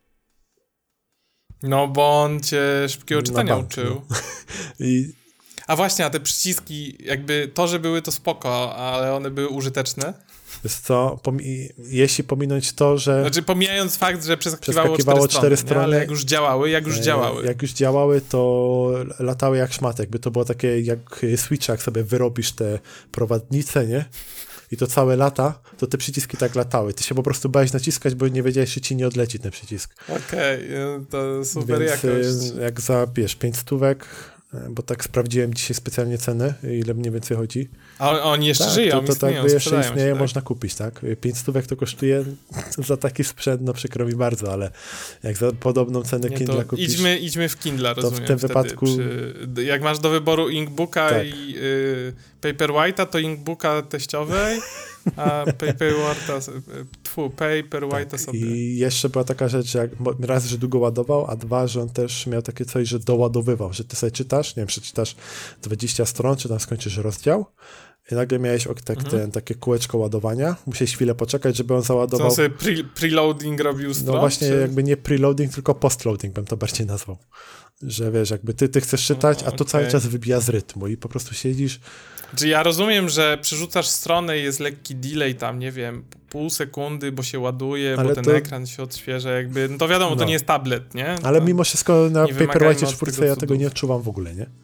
No, bo on cię szybkiego czytania bank, uczył. No. I... A właśnie, a te przyciski, jakby to, że były, to spoko, ale one były użyteczne? Wiesz co, pomi- jeśli pominąć to, że... Znaczy pomijając fakt, że przeskakiwało, przeskakiwało cztery, cztery strony, strony, ale jak już działały, jak już e, działały. Jak już działały, to latały jak szmatek. By to było takie jak Switch, jak sobie wyrobisz te prowadnice, nie? I to całe lata, to te przyciski tak latały. Ty się po prostu bałeś naciskać, bo nie wiedziałeś, czy ci nie odleci ten przycisk. Okej, okay, to super Więc jakość. Jak za, wiesz, pięć stówek, bo tak sprawdziłem dzisiaj specjalnie ceny, ile mniej więcej chodzi. A oni jeszcze tak, żyją, to, to istnieją, tak jeszcze istnieje, tak? można kupić, tak? pięć stówek to kosztuje za taki sprzęt, no przykro mi bardzo, ale jak za podobną cenę nie, Kindle kupisz... Idźmy, idźmy w Kindle, rozumiem. To w tym wtedy, wypadku... Przy, jak masz do wyboru Inkbooka tak. i y, Paperwhite'a, to Inkbooka teściowej, a Paperwhite'a tfu, Paperwhite'a tak. sobie. I jeszcze była taka rzecz, że jak, raz, że długo ładował, a dwa, że on też miał takie coś, że doładowywał, że ty sobie czytasz, nie wiem, przeczytasz dwadzieścia stron, czy tam skończysz rozdział, i nagle miałeś tak, mhm. ten, takie kółeczko ładowania. Musiałeś chwilę poczekać, żeby on załadował. Co on sobie pre- preloading robił stron? No właśnie, czy? jakby nie preloading, tylko postloading bym to bardziej nazwał. Że wiesz, jakby ty, ty chcesz czytać, no, a to okay. cały czas wybija z rytmu i po prostu siedzisz. Czy ja rozumiem, że przerzucasz stronę i jest lekki delay tam, nie wiem, pół sekundy, bo się ładuje, ale bo ten to... ekran się odświeża, jakby, no to wiadomo, no. to nie jest tablet, nie? Ale to mimo wszystko na Paperwhite cztery tego ja tego nie odczuwam w ogóle, nie?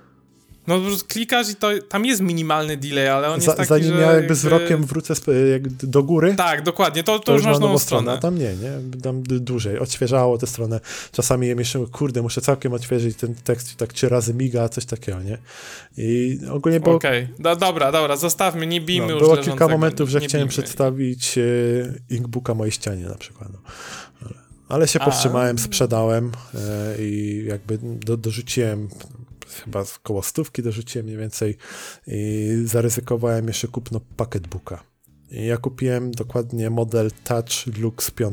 No po prostu klikasz i to, tam jest minimalny delay, ale on Za, jest taki, zanim że... ja jakby, jakby z rokiem wrócę jak do góry... Tak, dokładnie, to, to, to już masz nową nową stronę. stronę. A tam nie, nie? Tam dłużej. Odświeżało tę stronę. Czasami je myślę, kurde, muszę całkiem odświeżyć ten tekst, tak trzy razy miga, coś takiego, nie? I ogólnie było... Okej, okay. Do, dobra, dobra, zostawmy, nie bijmy no, już było kilka momentów, że nie chciałem bijmy. przedstawić e, Inkbooka mojej ścianie na przykład. No. Ale, ale się powstrzymałem, A. sprzedałem e, i jakby do, dorzuciłem... chyba koło stówki dorzuciłem mniej więcej i zaryzykowałem jeszcze kupno pocketbooka. I ja kupiłem dokładnie model Touch Lux pięć.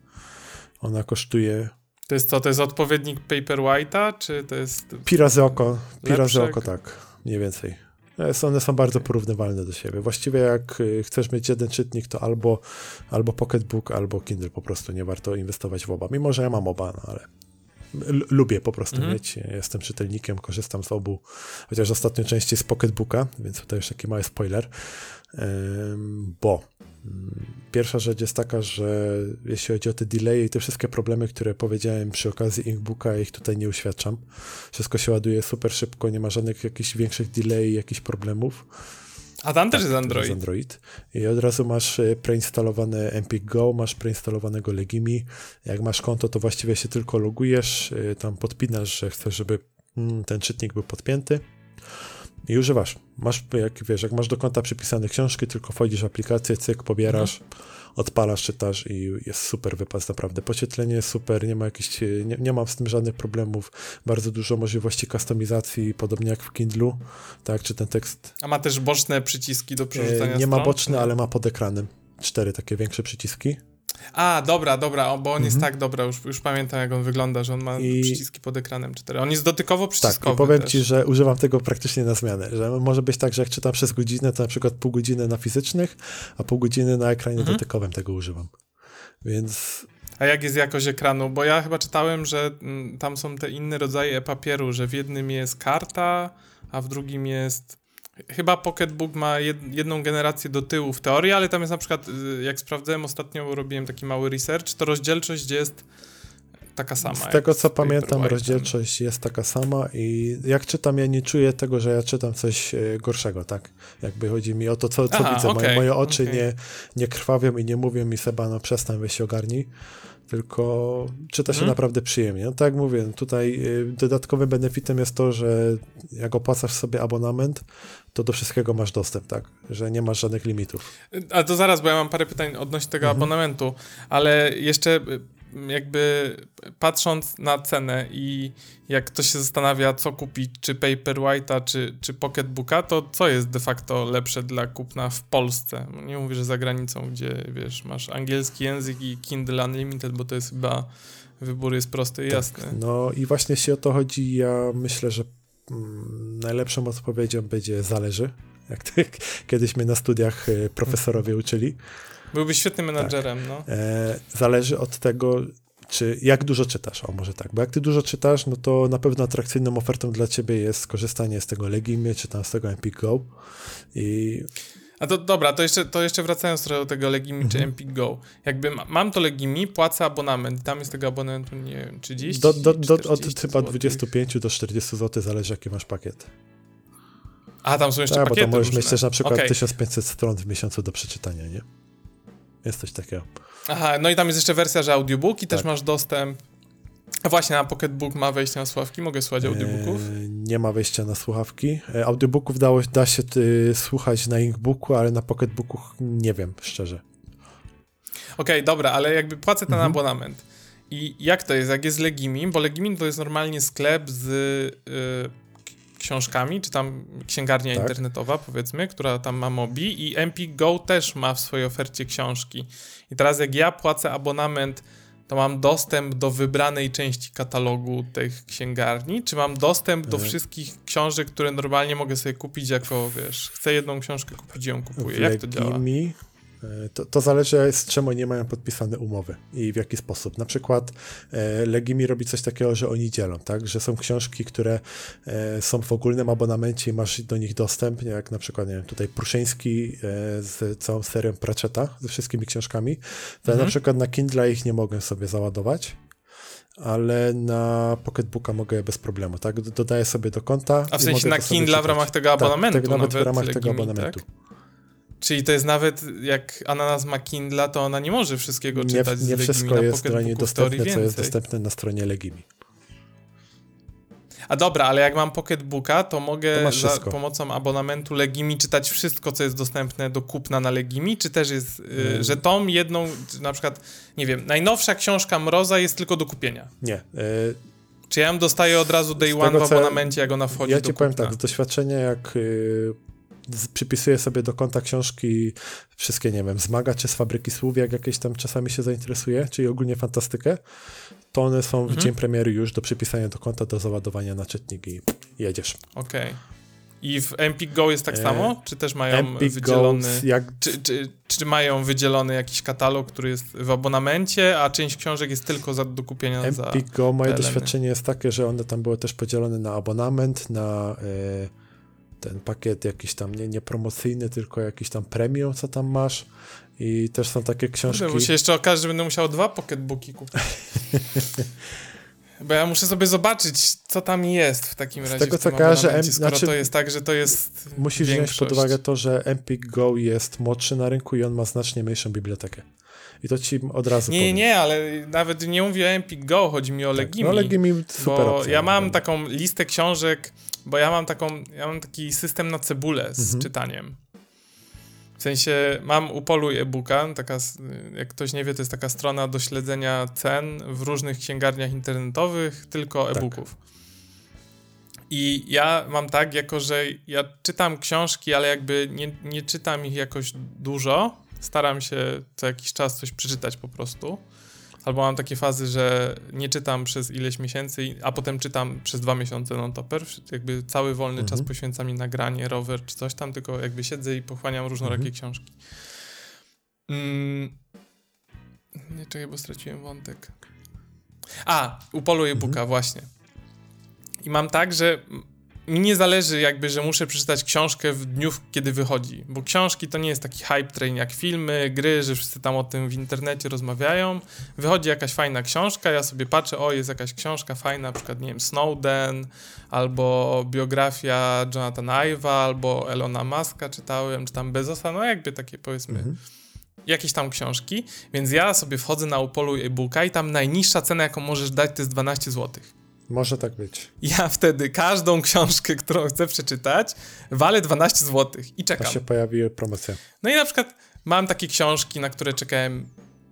Ona kosztuje... To jest co, to jest odpowiednik Paperwhite'a, czy to jest... Pi razy oko, pi razy oko, tak, mniej więcej. One są bardzo okay. porównywalne do siebie. Właściwie jak chcesz mieć jeden czytnik, to albo, albo pocketbook, albo Kindle po prostu. Nie warto inwestować w oba. Mimo, że ja mam oba, no ale... L- lubię po prostu mm-hmm. mieć, jestem czytelnikiem, korzystam z obu, chociaż ostatnio częściej z pocketbooka, więc tutaj już taki mały spoiler, ym, bo ym, pierwsza rzecz jest taka, że jeśli chodzi o te delaye i te wszystkie problemy, które powiedziałem przy okazji Inkbooka, ja ich tutaj nie uświadczam. Wszystko się ładuje super szybko, nie ma żadnych jakichś większych delay, jakichś problemów. A tam też tak, jest Android. jest Android. I od razu masz preinstalowane Empik Go, masz preinstalowanego Legimi. Jak masz konto, to właściwie się tylko logujesz, tam podpinasz, że chcesz, żeby ten czytnik był podpięty i używasz. Masz, jak wiesz, jak masz do konta przypisane książki, tylko wchodzisz w aplikację, cyk, pobierasz, mhm. odpalasz, czytasz i jest super wypas, naprawdę. Podświetlenie jest super, nie ma jakichś, nie, nie mam z tym żadnych problemów. Bardzo dużo możliwości kustomizacji, podobnie jak w Kindlu, tak, czy ten tekst. A ma też boczne przyciski do przerzucania Nie stron, ma boczne, nie? ale ma pod ekranem cztery takie większe przyciski. A, dobra, dobra, o, bo on mhm. jest tak, dobra, już, już pamiętam jak on wygląda, że on ma I... przyciski pod ekranem cztery. On jest dotykowo przyciskowy. Tak, i powiem też. ci, że używam tego praktycznie na zmianę, że może być tak, że jak czytam przez godzinę, to na przykład pół godziny na fizycznych, a pół godziny na ekranie mhm. dotykowym tego używam. Więc... A jak jest jakość ekranu? Bo ja chyba czytałem, że m, tam są te inne rodzaje papieru, że w jednym jest karta, a w drugim jest... Chyba Pocketbook ma jed, jedną generację do tyłu w teorii, ale tam jest na przykład, jak sprawdzałem ostatnio, robiłem taki mały research, to rozdzielczość jest taka sama. Z tego co pamiętam, rozdzielczość jest taka sama i jak czytam, ja nie czuję tego, że ja czytam coś gorszego, tak? Jakby chodzi mi o to, co, co Aha, widzę. Okay, moje, moje oczy okay. nie, nie krwawią i nie mówią mi Seba, no przestań, weź się ogarnij. Tylko czyta się hmm. naprawdę przyjemnie. No tak jak mówię, tutaj y, dodatkowym benefitem jest to, że jak opłacasz sobie abonament, to do wszystkiego masz dostęp, tak? Że nie masz żadnych limitów. A to zaraz, bo ja mam parę pytań odnośnie tego mhm. abonamentu, ale jeszcze jakby patrząc na cenę i jak ktoś się zastanawia, co kupić, czy Paperwhite'a, czy, czy Pocketbooka, to co jest de facto lepsze dla kupna w Polsce? Nie mówię, że za granicą, gdzie wiesz, masz angielski język i Kindle Unlimited, bo to jest chyba, wybór jest prosty i tak, jasny. No i właśnie jeśli o to chodzi, ja myślę, że mm, najlepszą odpowiedzią będzie zależy, jak to, kiedyś mnie na studiach profesorowie uczyli. Byłbyś świetnym menadżerem, tak. no. E, zależy od tego, czy jak dużo czytasz, o może tak, bo jak ty dużo czytasz, no to na pewno atrakcyjną ofertą dla ciebie jest skorzystanie z tego Legimi, czy tam z tego Empik Go. I... A to dobra, to jeszcze, to jeszcze wracając trochę do tego Legimi mhm. czy Empik Go. Jakby ma, mam to Legimi, płacę abonament, tam jest tego abonamentu, nie wiem, trzydzieści, do, do, do, czterdzieści od chyba dwadzieścia pięć do czterdzieści złotych, zależy jaki masz pakiet. A, tam są jeszcze tak, pakiety bo to możesz różne. mieć też na przykład okay. tysiąc pięćset stron w miesiącu do przeczytania, nie? Jest coś takiego. Aha, no i tam jest jeszcze wersja, że audiobooki tak. też masz dostęp. A właśnie, na Pocketbook ma wejście na słuchawki? Mogę słuchać audiobooków? Eee, nie ma wejścia na słuchawki. E, audiobooków dało, da się ty, słuchać na Inkbooku, ale na Pocketbooku nie wiem, szczerze. Okej, okay, dobra, ale jakby płacę ten mhm. abonament. I jak to jest? Jak jest Legimi? Bo Legimi to jest normalnie sklep z y, książkami, czy tam księgarnia tak. internetowa, powiedzmy, która tam ma Mobi i Empik Go też ma w swojej ofercie książki. I teraz jak ja płacę abonament, to mam dostęp do wybranej części katalogu tych księgarni, czy mam dostęp do wszystkich książek, które normalnie mogę sobie kupić jako, wiesz, chcę jedną książkę kupić i ją kupuję. Jak to działa? To, to zależy, z czym oni mają podpisane umowy i w jaki sposób. Na przykład e, Legimi robi coś takiego, że oni dzielą, tak? Że są książki, które e, są w ogólnym abonamencie i masz do nich dostęp, jak na przykład, nie wiem, tutaj Pruszyński e, z całą serią Pratchetta, ze wszystkimi książkami. To mhm. na przykład na Kindle ich nie mogę sobie załadować, ale na Pocketbooka mogę bez problemu, tak? Dodaję sobie do konta. A w sensie na Kindle w ramach tego abonamentu? Tak, nawet, nawet w ramach Legimi, tego abonamentu. Tak? Czyli to jest nawet, jak Ananas ma Kindla, to ona nie może wszystkiego czytać nie, nie z Legimi wszystko na jest dla niej dostępne, co jest więcej. dostępne na stronie Legimi. A dobra, ale jak mam Pocketbooka, to mogę to za pomocą abonamentu Legimi czytać wszystko, co jest dostępne do kupna na Legimi, czy też jest, hmm. y, że tą jedną, na przykład, nie wiem, najnowsza książka Mroza jest tylko do kupienia? Nie. Y czy ja ją dostaję od razu day one w abonamencie, jak ona wchodzi ja do ci kupna? powiem tak, z doświadczenia, jak y przypisuję sobie do konta książki wszystkie, nie wiem, z Maga czy z Fabryki Słów, jak jakieś tam czasami się zainteresuje, czyli ogólnie fantastykę, to one są mhm. w dzień premiery już do przypisania do konta, do załadowania na czytnik i jedziesz. Okej. Okay. I w Empik Go jest tak e, samo? Czy też mają Empik wydzielony... Go, jak... czy, czy, czy mają wydzielony jakiś katalog, który jest w abonamencie, a część książek jest tylko za, do kupienia Empik za Empik Go, moje P L N-y. doświadczenie jest takie, że one tam były też podzielone na abonament, na... E, ten pakiet jakiś tam nie, nie promocyjny, tylko jakiś tam premium, co tam masz i też są takie książki... Bo się jeszcze okaże, że będę musiał dwa pocketbooki kupić. Bo ja muszę sobie zobaczyć, co tam jest w takim Z razie tego w tym co kojarzę, abonamencie, M- skoro znaczy, to jest tak, że to jest musisz większość. wziąć pod uwagę to, że Empik Go jest młodszy na rynku i on ma znacznie mniejszą bibliotekę. I to ci od razu Nie, powiem. nie, ale nawet nie mówię o Empik Go, chodzi mi o Tak, Legimi. no Legimi super bo opcja. ja mam no. taką listę książek, bo ja mam taką, ja mam taki system na cebulę z Mhm. czytaniem. W sensie mam Upoluj e-booka, taka, jak ktoś nie wie, to jest taka strona do śledzenia cen w różnych księgarniach internetowych, tylko Tak. e-booków. I ja mam tak, jako że ja czytam książki, ale jakby nie, nie czytam ich jakoś dużo, staram się co jakiś czas coś przeczytać po prostu. Albo mam takie fazy, że nie czytam przez ileś miesięcy, a potem czytam przez dwa miesiące non-topper. Jakby cały wolny Mhm. czas poświęcam mi nagranie, rower czy coś tam, tylko jakby siedzę i pochłaniam różnorakie Mhm. książki. Mm. Nie, czekaj, bo straciłem wątek. A, Upoluj e-booka, Mhm. właśnie. I mam tak, że mi nie zależy jakby, że muszę przeczytać książkę w dniu, kiedy wychodzi, bo książki to nie jest taki hype train jak filmy, gry, że wszyscy tam o tym w internecie rozmawiają. Wychodzi jakaś fajna książka, ja sobie patrzę, o, jest jakaś książka fajna, na przykład, nie wiem, Snowden, albo biografia Jonathana Ive'a, albo Elona Muska czytałem, czy tam Bezosa, no jakby takie, powiedzmy, Mhm. jakieś tam książki, więc ja sobie wchodzę na Upoluj e-booka i tam najniższa cena, jaką możesz dać, to jest dwanaście złotych. Może tak być. Ja wtedy każdą książkę, którą chcę przeczytać, walę dwanaście złotych i A czekam. się pojawiły promocje. No i na przykład mam takie książki, na które czekałem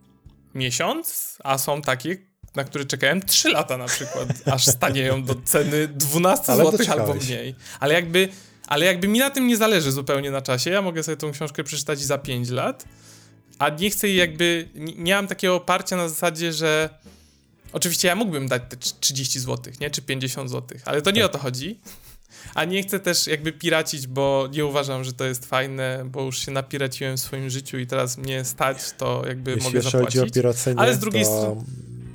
miesiąc, a są takie, na które czekałem trzy lata na przykład, aż stanieją do ceny dwanaście złotych albo mniej. Ale jakby, ale jakby mi na tym nie zależy zupełnie na czasie, ja mogę sobie tą książkę przeczytać za pięć lat, a nie chcę jej jakby, nie, nie mam takiego oparcia na zasadzie, że oczywiście ja mógłbym dać te trzydzieści złotych, nie? Czy pięćdziesiąt złotych, ale to nie tak. o to chodzi. A nie chcę też jakby piracić, bo nie uważam, że to jest fajne, bo już się napiraciłem w swoim życiu i teraz mnie stać, to jakby Jeśli mogę jeszcze zapłacić. chodzi o piracenie, Ale z drugiej to strony...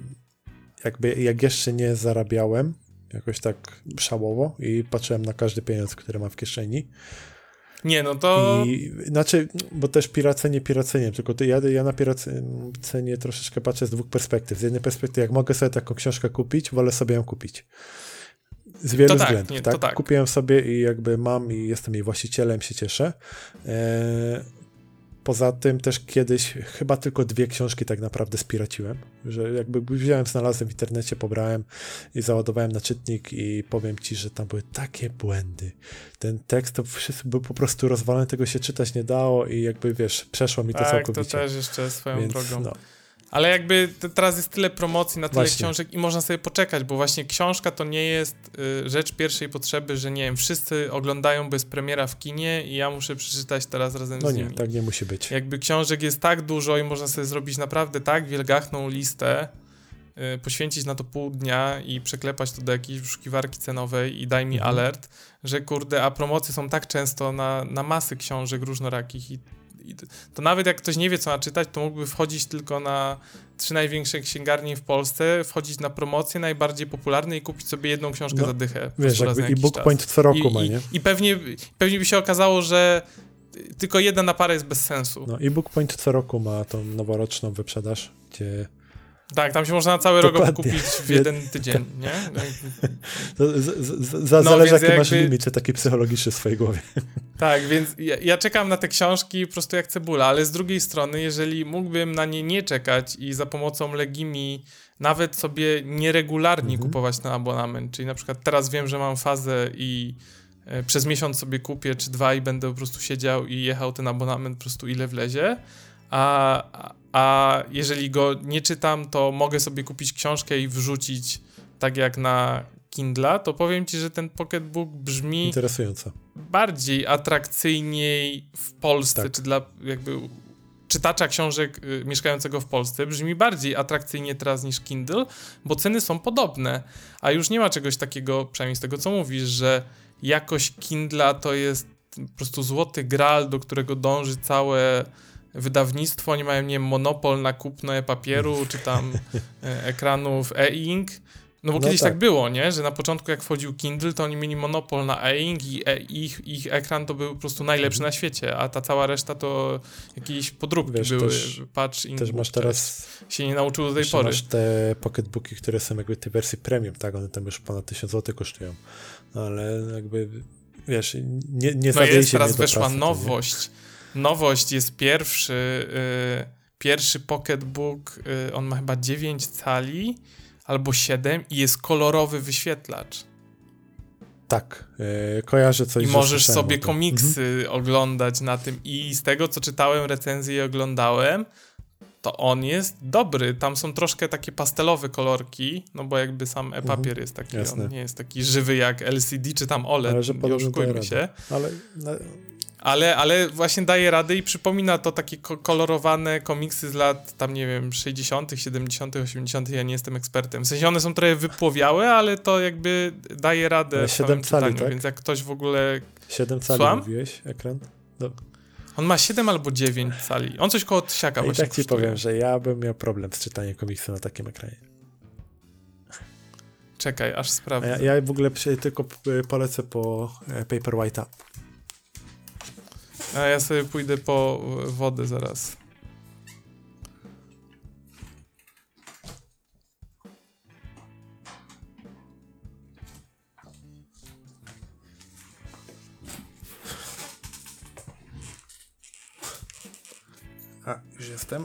jakby jak jeszcze nie zarabiałem jakoś tak szalowo i patrzyłem na każdy pieniądz, który mam w kieszeni. Nie, no to... I, znaczy, bo też piracenie piraceniem, tylko to ja, ja na piracenie troszeczkę patrzę z dwóch perspektyw. Z jednej perspektywy, jak mogę sobie taką książkę kupić, wolę sobie ją kupić. Z wielu to tak, względów, nie, tak? To tak. Kupiłem sobie i jakby mam i jestem jej właścicielem, się cieszę. E, poza tym też kiedyś chyba tylko dwie książki tak naprawdę spiraciłem, że jakby wziąłem, znalazłem w internecie, pobrałem i załadowałem na czytnik i powiem ci, że tam były takie błędy. Ten tekst to wszystko był po prostu rozwalony, tego się czytać nie dało i jakby wiesz, przeszło mi to tak, całkowicie. to też jeszcze swoją Więc, drogą. no. Ale jakby te, teraz jest tyle promocji na tyle Właśnie. książek i można sobie poczekać, bo właśnie książka to nie jest y, rzecz pierwszej potrzeby, że nie wiem, wszyscy oglądają bez premiera w kinie i ja muszę przeczytać teraz razem No z nie, nimi. tak nie musi być. Jakby książek jest tak dużo i można sobie zrobić naprawdę tak wielgachną listę, y, poświęcić na to pół dnia i przeklepać to do jakiejś wyszukiwarki cenowej i daj mi Mhm. alert, że kurde, a promocje są tak często na, na masy książek różnorakich i I to nawet jak ktoś nie wie, co ma czytać, to mógłby wchodzić tylko na trzy największe księgarnie w Polsce, wchodzić na promocje najbardziej popularne i kupić sobie jedną książkę No, za dychę. Wiesz, jakby i Book Point co roku I, ma, i, nie? I pewnie, pewnie by się okazało, że tylko jedna na parę jest bez sensu. No i Book Point co roku ma tą noworoczną wyprzedaż, gdzie Tak, tam się można na cały rok Dokładnie. kupić w jeden tydzień, nie? z, z, z, za, No, zależy więc jaki masz jakby- limit, czy taki psychologiczny w swojej głowie. Tak, więc ja, ja czekam na te książki po prostu jak cebula, ale z drugiej strony, jeżeli mógłbym na nie nie czekać i za pomocą Legimi nawet sobie nieregularnie Mhm. kupować ten abonament, czyli na przykład teraz wiem, że mam fazę i e, przez miesiąc sobie kupię czy dwa i będę po prostu siedział i jechał ten abonament po prostu ile wlezie, a, a, a jeżeli go nie czytam, to mogę sobie kupić książkę i wrzucić tak jak na Kindla, to powiem ci, że ten pocketbook brzmi Interesująco. bardziej atrakcyjniej w Polsce, Tak. czy dla jakby czytacza książek y, mieszkającego w Polsce, brzmi bardziej atrakcyjnie teraz niż Kindle, bo ceny są podobne, a już nie ma czegoś takiego, przynajmniej z tego co mówisz, że jakość Kindla to jest po prostu złoty graal, do którego dąży całe wydawnictwo, oni mają, nie wiem, monopol na kupno e-papieru, czy tam e, ekranów e-ink. No bo No kiedyś tak. tak było, nie? Że na początku jak wchodził Kindle, to oni mieli monopol na e-ink i e- ich, ich ekran to był po prostu najlepszy Mhm. na świecie, a ta cała reszta to jakieś podróbki Wiesz, były, też- patch, ink, Też masz teraz... się nie nauczyło do tej Jeszcze pory. masz te pocketbooki, które są jakby tej wersji premium, tak? One tam już ponad tysiąc złotych kosztują. No ale jakby, wiesz, nie, nie No zawieje jest, się teraz mnie do weszła pracy, to nie? nowość. Nowość jest pierwszy, y, pierwszy pocketbook, y, on ma chyba dziewięć cali albo siedem i jest kolorowy wyświetlacz. Tak, e, kojarzę coś. I że możesz słyszałem sobie o tym. komiksy Mhm. oglądać na tym i z tego, co czytałem, recenzje i oglądałem, to on jest dobry. Tam są troszkę takie pastelowe kolorki, no bo jakby sam e-papier Mhm. jest taki, Jasne. on nie jest taki żywy jak L C D czy tam O L E D, Ale że nie podobno oszukujmy daje się. radę. Ale no, Ale, ale właśnie daje radę i przypomina to takie ko- kolorowane komiksy z lat tam, nie wiem, sześćdziesiątych, siedemdziesiątych, osiemdziesiątych, ja nie jestem ekspertem. W sensie one są trochę wypłowiałe, ale to jakby daje radę Ale w siedem samym cali, czytaniu, tak? więc jak ktoś w ogóle... siedem cali Słucham? mówiłeś, ekran? No. On ma siedem albo dziewięć cali. On coś koło tysiaka I właśnie tak ci kosztuje. powiem, że ja bym miał problem z czytaniem komiksu na takim ekranie. Czekaj, aż A sprawdzę. ja, ja w ogóle przy- tylko p- polecę po e, Paperwhite'a. A ja sobie pójdę po wodę zaraz. A, już jestem.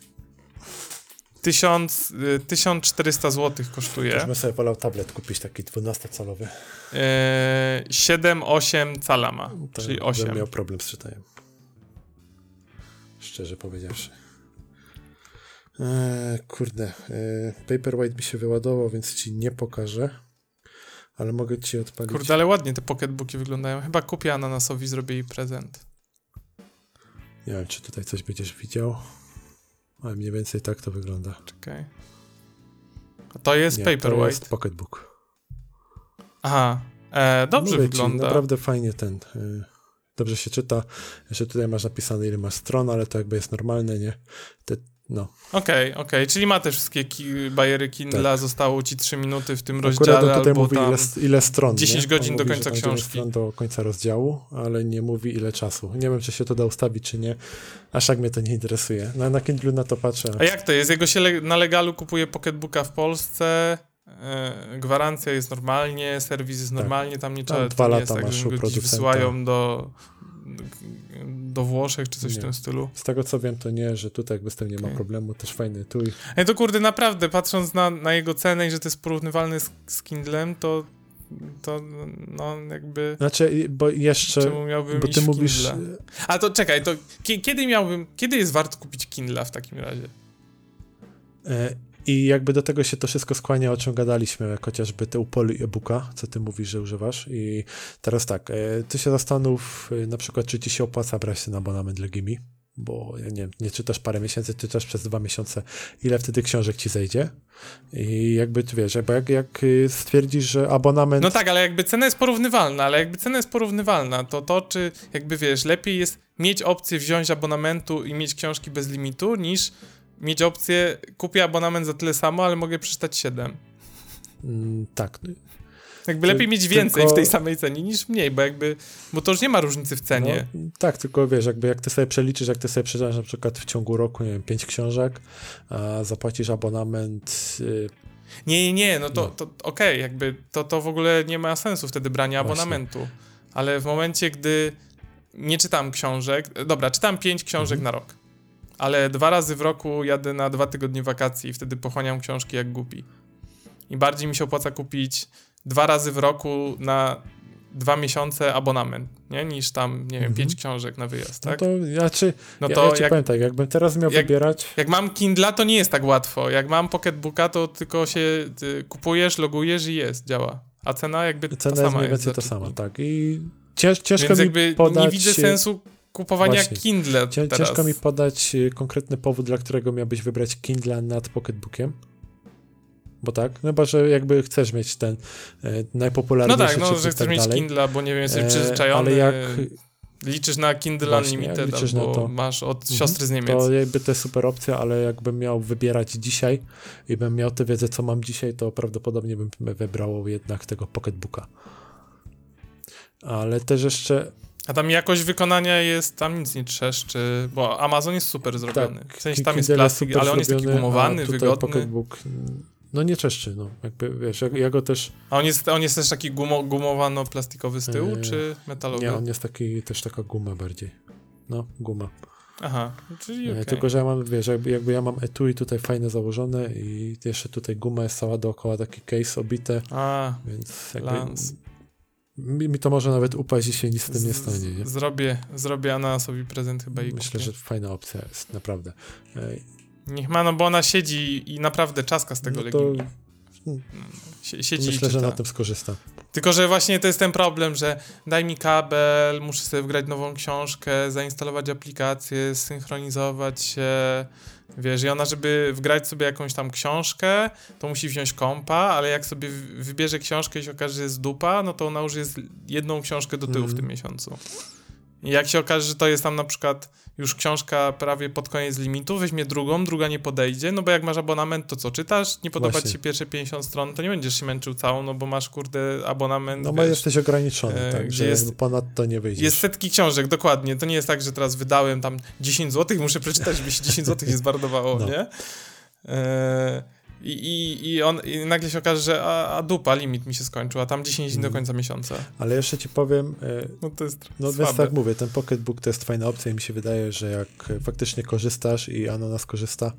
Tysiąc, y, tysiąc czterysta złotych kosztuje. Już bym sobie wolał tablet kupić, taki dwunastocalowy. E, siedem osiem cala ma, To czyli bym osiem. miał problem z czytaniem. Szczerze powiedziawszy. Eee, kurde, eee, Paperwhite mi się wyładował, więc ci nie pokażę. Ale mogę ci odpalić. Kurde, ale ładnie te pocketbooki wyglądają. Chyba kupię Ananasowi, zrobię jej prezent. Nie wiem, czy tutaj coś będziesz widział. Ale mniej więcej tak to wygląda. Czekaj. A to jest Nie, to Paperwhite. jest Pocketbook. Aha, e, dobrze Mówię ci, wygląda. naprawdę fajnie ten. Yy, dobrze się czyta. Jeszcze tutaj masz napisane, ile masz stron, ale to jakby jest normalne, nie? Te, no. Okej, okay, okej, okay. Czyli ma te wszystkie ki- bajery Kindle'a, Tak. zostało ci trzy minuty w tym Akurat rozdziale, on tutaj albo mówi, tam... ile, ile stron. dziesięć nie? godzin On do mówi, końca że tam dziewięć książki. stron do końca rozdziału, ale nie mówi, ile czasu. Nie wiem, czy się to da ustawić, czy nie. Aż tak mnie to nie interesuje. Na, na Kindle na to patrzę. A jak to jest? Jego się le- na legalu kupuje pocketbooka w Polsce, e, gwarancja jest normalnie, serwis jest Tak. normalnie, tam nie Tam trzeba, dwa to nie lata jest tak, masz że u go gdzieś producenta. wysyłają do, do Włoszech, czy coś Nie. w tym stylu. Z tego co wiem, to nie, że tutaj jakby z tym nie ma Okej. problemu. Też fajny tuj. Ej, to kurde, naprawdę, patrząc na, na jego cenę i że to jest porównywalne z, z Kindlem, to, to no jakby... Znaczy, bo jeszcze... Czemu miałbym Bo iść ty w mówisz... Kindle? A to czekaj, to ki- kiedy miałbym... Kiedy jest warto kupić Kindla w takim razie? E, I jakby do tego się to wszystko skłania, o czym gadaliśmy, jak chociażby te upoli e-booka, co ty mówisz, że używasz. I teraz tak, e, ty się zastanów e, na przykład, czy ci się opłaca brać ten abonament Legimi, bo ja nie wiem, nie czytasz parę miesięcy, czytasz przez dwa miesiące, ile wtedy książek ci zejdzie. I jakby, ty wiesz, bo jak, jak y, stwierdzisz, że abonament... No tak, ale jakby cena jest porównywalna, ale jakby cena jest porównywalna, to to, czy jakby wiesz, lepiej jest mieć opcję wziąć abonamentu i mieć książki bez limitu, niż mieć opcję, kupię abonament za tyle samo, ale mogę przeczytać siedem. Mm, tak. Jakby Ty- lepiej mieć więcej tylko- w tej samej cenie niż mniej, bo jakby, bo to już nie ma różnicy w cenie. No, tak, tylko wiesz, jakby jak ty sobie przeliczysz, jak ty sobie przeczytasz na przykład w ciągu roku, nie wiem, pięć książek, a zapłacisz abonament... Y, Nie, nie, nie, no to, No. to okej, jakby to, to w ogóle nie ma sensu wtedy brania Właśnie. abonamentu. Ale w momencie, gdy nie czytam książek, dobra, czytam pięć książek Mhm. na rok, ale dwa razy w roku jadę na dwa tygodnie wakacji i wtedy pochłaniam książki jak głupi. I bardziej mi się opłaca kupić dwa razy w roku na dwa miesiące abonament, nie? Niż tam, nie wiem, Mhm. pięć książek na wyjazd, tak? No to ja, czy, No ja, to ja ci jak, powiem tak, jakbym teraz miał jak- wybierać... jak mam Kindla, to nie jest tak łatwo. Jak mam Pocketbooka, to tylko się ty, kupujesz, logujesz i jest, działa. A cena jakby ta Cena sama jest mniej więcej za to te samo, dni. tak. I cięż, ciężko Więc mi jakby podać... nie widzę sensu kupowania Właśnie. Kindle cię, teraz. Ciężko mi podać y, konkretny powód, dla którego miałbyś wybrać Kindle nad Pocketbookiem. Bo tak, no bo że jakby chcesz mieć ten e, No najpopularniejszy tak, no, czytnik że i chcesz tak mieć dalej. Kindla, bo nie wiem, jesteś E, przyzwyczajony. Ale jak Liczysz na Kindle Właśnie, Unlimited, liczysz albo na to. masz od Mhm. siostry z Niemiec. To jakby to jest super opcja, ale jakbym miał wybierać dzisiaj i bym miał tę wiedzę, co mam dzisiaj, to prawdopodobnie bym wybrał jednak tego Pocketbooka. Ale też jeszcze... A tam jakość wykonania jest, tam nic nie trzeszczy, bo Amazon jest super zrobiony. Tak, W sensie tam jest Kindle plastik, super ale on jest taki zrobiony, gumowany, a tutaj wygodny. Pocketbook, no nie czeszczy, no jakby wiesz, ja, ja go też... A on jest, on jest też taki gumo, gumowano-plastikowy z tyłu, Yy, czy metalowy? Nie, on jest taki, też taka guma bardziej. No, guma. Aha, czyli E, okej. Tylko, że ja mam, wiesz, jakby, jakby ja mam etui tutaj fajne założone i jeszcze tutaj guma jest cała dookoła, taki case obite, A, więc jakby lans. mi, mi to może nawet upaść i się nic z tym nie Z- stanie, nie? Zrobię, zrobię Ananasowi prezent chyba i Myślę, kupię. że fajna opcja jest, naprawdę. E, Niech ma, no bo ona siedzi i naprawdę czaska z tego no to Legimi. Sie- Siedzi myślę, i że czyta. na tym skorzysta. Tylko, że właśnie to jest ten problem, że daj mi kabel, muszę sobie wgrać nową książkę, zainstalować aplikację, synchronizować się, wiesz, i ona, żeby wgrać sobie jakąś tam książkę, to musi wziąć kompa, ale jak sobie w- wybierze książkę i się okaże, że jest dupa, no to ona już jest jedną książkę do tyłu Mhm. w tym miesiącu. I jak się okaże, że to jest tam na przykład już książka prawie pod koniec limitu, weźmie drugą, druga nie podejdzie, no bo jak masz abonament, to co, czytasz? Nie podoba Właśnie. ci się pierwsze pięćdziesiąt stron, to nie będziesz się męczył całą, no bo masz, kurde, abonament, No bo wiesz, jesteś ograniczony, e, tak, gdzie że jest- jakby ponad to nie wyjdziesz. jest setki książek, dokładnie. To nie jest tak, że teraz wydałem tam dziesięć złotych, muszę przeczytać, żeby się dziesięć złotych nie zmarnowało, No. nie? E, I, i, i, on, I nagle się okaże, że a, a dupa, limit mi się skończył, a tam dziesięć dni do Mhm. końca miesiąca. Ale jeszcze ci powiem, e, No to jest no słabe. więc tak mówię, ten Pocketbook to jest fajna opcja i mi się wydaje, że jak faktycznie korzystasz i Ananas korzysta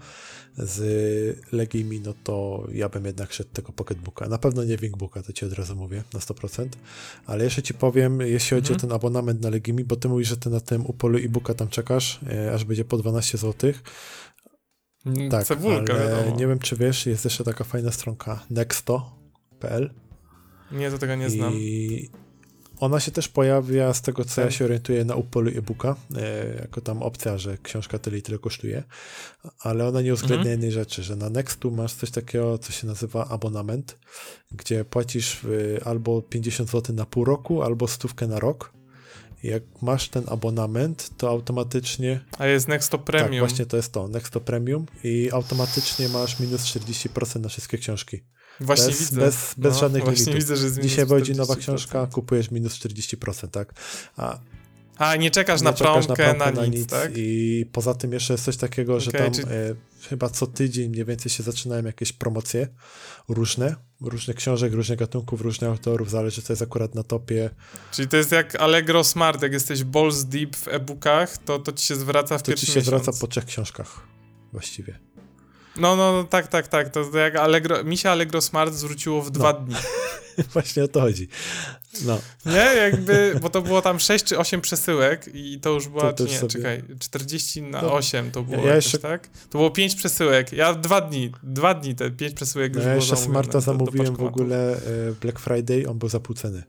z Legimi, no to ja bym jednak szedł tego Pocketbooka. Na pewno nie Wingbooka, to ci od razu mówię, na sto procent. Ale jeszcze ci powiem, jeśli chodzi Mhm. o ten abonament na Legimi, bo ty mówisz, że ty na tym Upolu e-booka tam czekasz, e, aż będzie po dwanaście złotych. Mm, Tak, Cebulka, ale wiadomo. nie wiem, czy wiesz, jest jeszcze taka fajna stronka nexto kropka p l. Nie, to tego nie znam. I ona się też pojawia, z tego co ja Tak. się orientuję, na Upolu e-booka, e, jako tam opcja, że książka tyle i tyle kosztuje, ale ona nie uwzględnia Mhm. jednej rzeczy, że na Nextu masz coś takiego, co się nazywa abonament, gdzie płacisz y, albo pięćdziesiąt złotych na pół roku, albo stówkę na rok. I jak masz ten abonament, to automatycznie... A jest Nexto Premium. Tak, właśnie to jest to, Nexto Premium i automatycznie masz minus czterdzieści procent na wszystkie książki. Właśnie bez, widzę. bez, bez No, żadnych właśnie limitów. widzę, że jest minus Dzisiaj wychodzi nowa czterdzieści procent. książka, kupujesz minus czterdzieści procent, tak? A A, nie czekasz nie na czekasz promkę, na, promkę, nic, tak? I poza tym jeszcze jest coś takiego, że Okej, tam czy- e, chyba co tydzień mniej więcej się zaczynają jakieś promocje różne, różnych książek, różnych gatunków, różnych autorów, zależy co jest akurat na topie. Czyli to jest jak Allegro Smart, jak jesteś balls deep w e-bookach, to, to ci się zwraca w To ci pierwszym się miesiącu. zwraca po trzech książkach właściwie. No, no, no, tak, tak, tak. To, to jak Allegro, mi się Allegro Smart zwróciło w dwa dni. Właśnie o to chodzi. No, Nie, jakby, bo to było tam sześć czy osiem przesyłek i to już była, To czy też nie, sobie- czekaj, czterdzieści na No, osiem to było ja jakoś, jeszcze- tak? To było pięć przesyłek, ja dwa dni, dwa dni te pięć przesyłek no już ja było jeszcze zamówione Smarta do- do zamówiłem w paczkomatu. ogóle e, Black Friday, on był za pół ceny.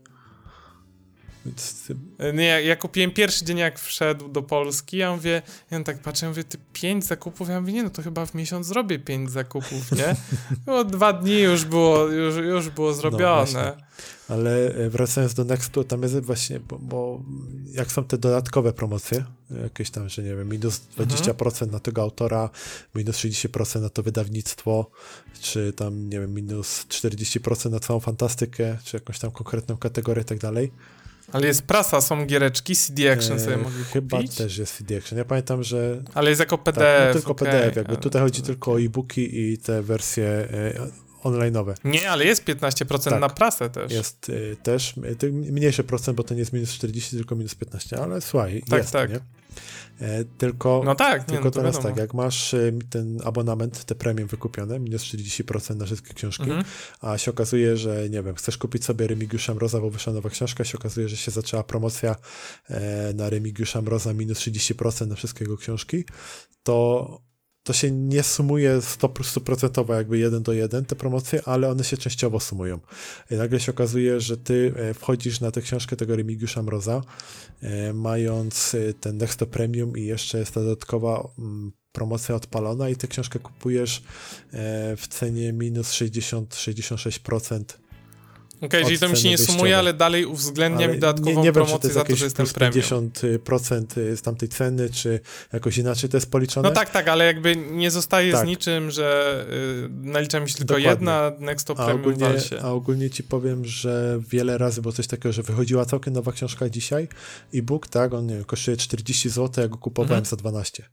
Więc Nie, ja, ja kupiłem pierwszy dzień, jak wszedł do Polski, ja mówię, ja tak patrzę, mówię, ty pięć zakupów? Ja mówię, nie, no to chyba w miesiąc zrobię pięć zakupów, nie? No dwa dni już było, już, już było zrobione. właśnie. Ale e, wracając do Nextu, tam jest właśnie, bo, bo jak są te dodatkowe promocje, jakieś tam, że nie wiem, minus dwadzieścia procent na tego autora, minus trzydzieści procent na to wydawnictwo, czy tam, nie wiem, minus czterdzieści procent na całą fantastykę, czy jakąś tam konkretną kategorię i tak dalej. Ale jest prasa, są giereczki, C D Action sobie E, mogli Chyba kupić. też jest C D Action. Ja pamiętam, że Ale jest jako P D tak, F. no tylko okej, P D F, jakby ale tutaj chodzi to- tylko o e-booki i te wersje e, online'owe. Nie, ale jest piętnaście procent Tak. na prasę też. Jest y, też y, ty- mniejszy procent, bo to nie jest minus czterdzieści, tylko minus piętnaście, ale słuchaj, Tak, jest, tak. nie? E, tylko No tak, nie, tylko no to teraz wiadomo. tak, jak masz y, ten abonament, te premium wykupione, minus czterdzieści procent na wszystkie książki, Mhm. a się okazuje, że nie wiem, chcesz kupić sobie Remigiusza Mroza, bo wyszła nowa książka, się okazuje, że się zaczęła promocja e, na Remigiusza Mroza minus trzydzieści procent na wszystkie jego książki, to to się nie sumuje sto procent jakby jeden do jeden te promocje, ale one się częściowo sumują. I nagle się okazuje, że ty e, wchodzisz na tę książkę tego Remigiusza Mroza, e, mając e, ten Nexto Premium i jeszcze jest ta dodatkowa mm, promocja odpalona i tę książkę kupujesz e, w cenie minus sześćdziesiąt do sześćdziesięciu sześciu procent. Okej, okay, czyli to mi się nie wyjściowe. Sumuje, ale dalej uwzględniam ale dodatkową nie, nie promocję wiem, czy to za to, że jestem premium. pięćdziesiąt procent z tamtej ceny, czy jakoś inaczej to jest policzone? No tak, tak, ale jakby nie zostaje tak. z niczym, że y, nalicza mi się tylko Dokładnie. jedna Nexto Premium a ogólnie, a ogólnie ci powiem, że wiele razy było coś takiego, że wychodziła całkiem nowa książka dzisiaj, e-book, tak, on nie wiem, kosztuje czterdzieści złotych, ja go kupowałem mhm. za dwanaście.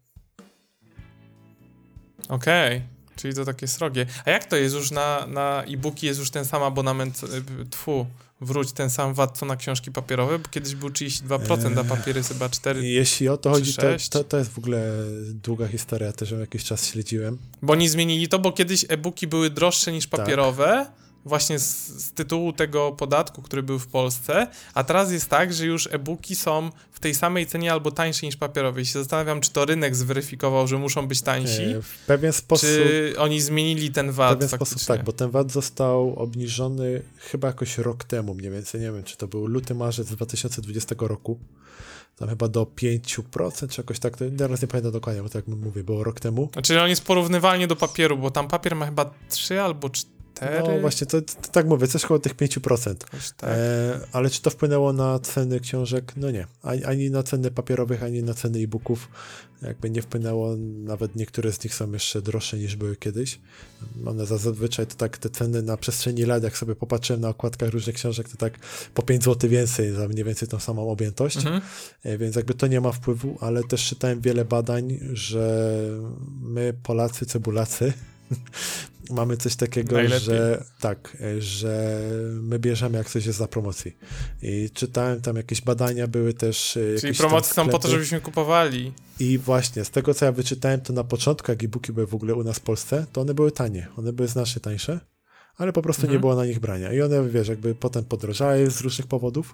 Okej. Okay. Czyli to takie srogie. A jak to jest już na, na e-booki, jest już ten sam abonament, tfu, wróć ten sam V A T, co na książki papierowe, bo kiedyś był trzydzieści dwa procent, a papiery chyba cztery procent. Jeśli o to chodzi, to, to, to jest w ogóle długa historia, ja też ją jakiś czas śledziłem. Bo oni zmienili to, bo kiedyś e-booki były droższe niż papierowe, tak. Właśnie z, z tytułu tego podatku, który był w Polsce, a teraz jest tak, że już e-booki są w tej samej cenie albo tańsze niż papierowe. I się zastanawiam, czy to rynek zweryfikował, że muszą być tańsi, e, w pewien sposób, czy oni zmienili ten V A T. W pewien faktycznie. sposób tak, bo ten V A T został obniżony chyba jakoś rok temu mniej więcej, nie wiem, czy to był luty, marzec dwa tysiące dwudziestego roku, tam chyba do pięć procent, czy jakoś tak, to teraz nie pamiętam dokładnie, bo tak jak mówię, było rok temu. Znaczy on jest porównywalnie do papieru, bo tam papier ma chyba trzy albo cztery. No właśnie, to, to, to tak mówię, coś koło tych pięć procent. Tak. E, ale czy to wpłynęło na ceny książek? No nie. Ani, ani na ceny papierowych, ani na ceny e-booków. Jakby nie wpłynęło, nawet niektóre z nich są jeszcze droższe niż były kiedyś. One zazwyczaj to tak te ceny na przestrzeni lat, jak sobie popatrzyłem na okładkach różnych książek, to tak po pięć złotych więcej, za mniej więcej tą samą objętość. Mhm. E, więc jakby to nie ma wpływu, ale też czytałem wiele badań, że my Polacy, cebulacy, mamy coś takiego, Najlepiej. że tak, że my bierzemy jak coś jest za promocji. I czytałem tam jakieś badania, były też Czyli promocje są po to, żebyśmy kupowali. I właśnie, z tego co ja wyczytałem, to na początku, jak e-booki były w ogóle u nas w Polsce, to one były tanie. One były znacznie tańsze, ale po prostu mhm. nie było na nich brania. I one, wiesz, jakby potem podrożały z różnych powodów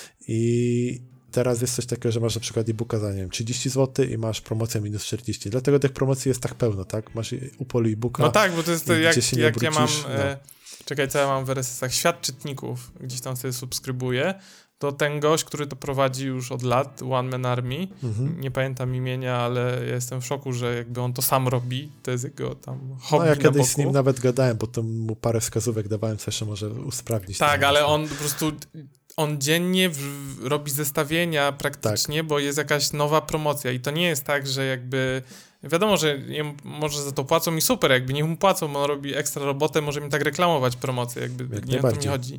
i teraz jest coś takiego, że masz na przykład e-booka za, nie wiem, trzydzieści złotych i masz promocję minus czterdzieści. Dlatego tych promocji jest tak pełno, tak? Masz upolu e-booka. No tak, bo to jest to, jak, jak ja mam, no. e, czekaj, co ja mam w R S S-ach, świat czytników, gdzieś tam sobie subskrybuję, to ten gość, który to prowadzi już od lat, One Man Army, mhm. nie pamiętam imienia, ale ja jestem w szoku, że jakby on to sam robi, to jest jego tam hobby. No ja kiedyś z nim nawet gadałem, bo to mu parę wskazówek dawałem, co jeszcze może usprawnić. Tak, ale właśnie. On po prostu... On dziennie w, robi zestawienia praktycznie, tak. bo jest jakaś nowa promocja i to nie jest tak, że jakby wiadomo, że nie, może za to płacą i super, jakby nie mu płacą, bo on robi ekstra robotę, może mi tak reklamować promocję, jakby Jak nie o to mi chodzi.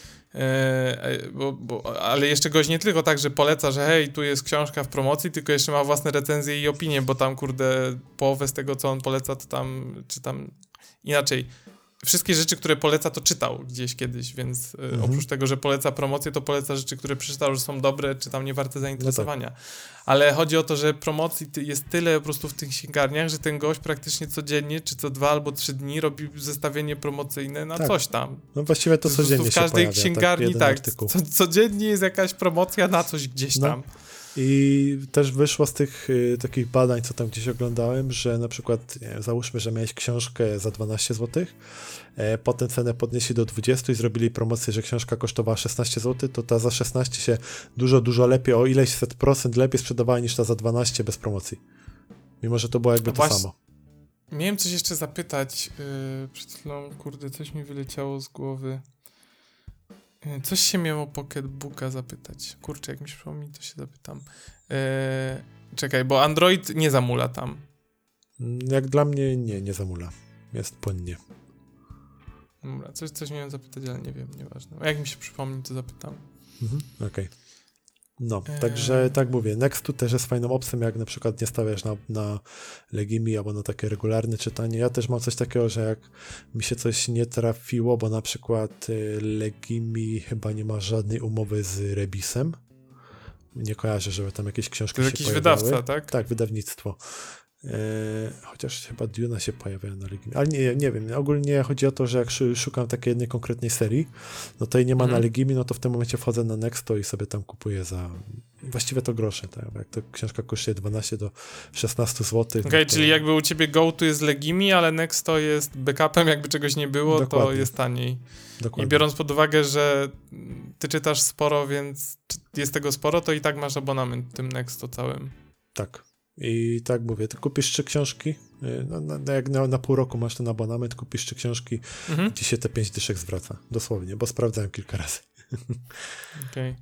E, bo, bo, ale jeszcze gość nie tylko tak, że poleca, że hej, tu jest książka w promocji, tylko jeszcze ma własne recenzje i opinie, bo tam kurde połowę z tego, co on poleca, to tam, czy tam inaczej. Wszystkie rzeczy, które poleca, to czytał gdzieś kiedyś, więc mhm. oprócz tego, że poleca promocję, to poleca rzeczy, które przeczytał, że są dobre, czy tam nie warte zainteresowania. No tak. Ale chodzi o to, że promocji jest tyle po prostu w tych księgarniach, że ten gość praktycznie codziennie, czy co dwa albo trzy dni robi zestawienie promocyjne na tak. coś tam. No właściwie to codziennie się w każdej pojawia, księgarni, tak, tak co, codziennie jest jakaś promocja na coś gdzieś no. tam. I też wyszło z tych y, takich badań, co tam gdzieś oglądałem, że na przykład, nie wiem, załóżmy, że miałeś książkę za dwanaście złotych, e, potem cenę podnieśli do dwudziestu i zrobili promocję, że książka kosztowała szesnaście złotych, to ta za szesnaście się dużo, dużo lepiej, o ileś set procent lepiej sprzedawała niż ta za dwanaście bez promocji. Mimo, że to było jakby to Właśnie, samo. Miałem coś jeszcze zapytać, yy, przed chwilą, kurde, coś mi wyleciało z głowy. Coś się miało Pocketbooka zapytać. Kurczę, jak mi się przypomni, to się zapytam. Eee, czekaj, bo Android nie zamula tam. Jak dla mnie nie, nie zamula. Jest płynnie. Dobra, coś, coś miałem zapytać, ale nie wiem, nieważne. Jak mi się przypomni, to zapytam. Mhm, okej. Okay. No, eee. także tak mówię, Nextu też jest fajną opcją, jak na przykład nie stawiasz na, na Legimi albo na takie regularne czytanie. Ja też mam coś takiego, że jak mi się coś nie trafiło, bo na przykład Legimi chyba nie ma żadnej umowy z Rebisem. Nie kojarzę, żeby tam jakieś książki to się jakiś pojawiały. Wydawca, tak? Tak, wydawnictwo. Eee, chociaż chyba Duna się pojawia na Legimi. Ale nie, nie wiem, ogólnie chodzi o to, że jak szukam takiej jednej konkretnej serii, no to jej nie ma mhm. na Legimi, no to w tym momencie wchodzę na Nexto i sobie tam kupuję za właściwie to grosze, tak? Jak to książka kosztuje dwanaście do szesnastu złotych. Okej, okay, no to... czyli jakby u ciebie Go-To jest Legimi, ale Nexto jest backupem, jakby czegoś nie było, Dokładnie. to jest taniej. Dokładnie. I biorąc pod uwagę, że ty czytasz sporo, więc jest tego sporo, to i tak masz abonament w tym Nexto całym. Tak. I tak mówię, ty kupisz trzy książki, no, no, jak na, na pół roku masz ten abonament, kupisz trzy książki mhm. i ci się te pięć dyszek zwraca. Dosłownie, bo sprawdzałem kilka razy. Okej.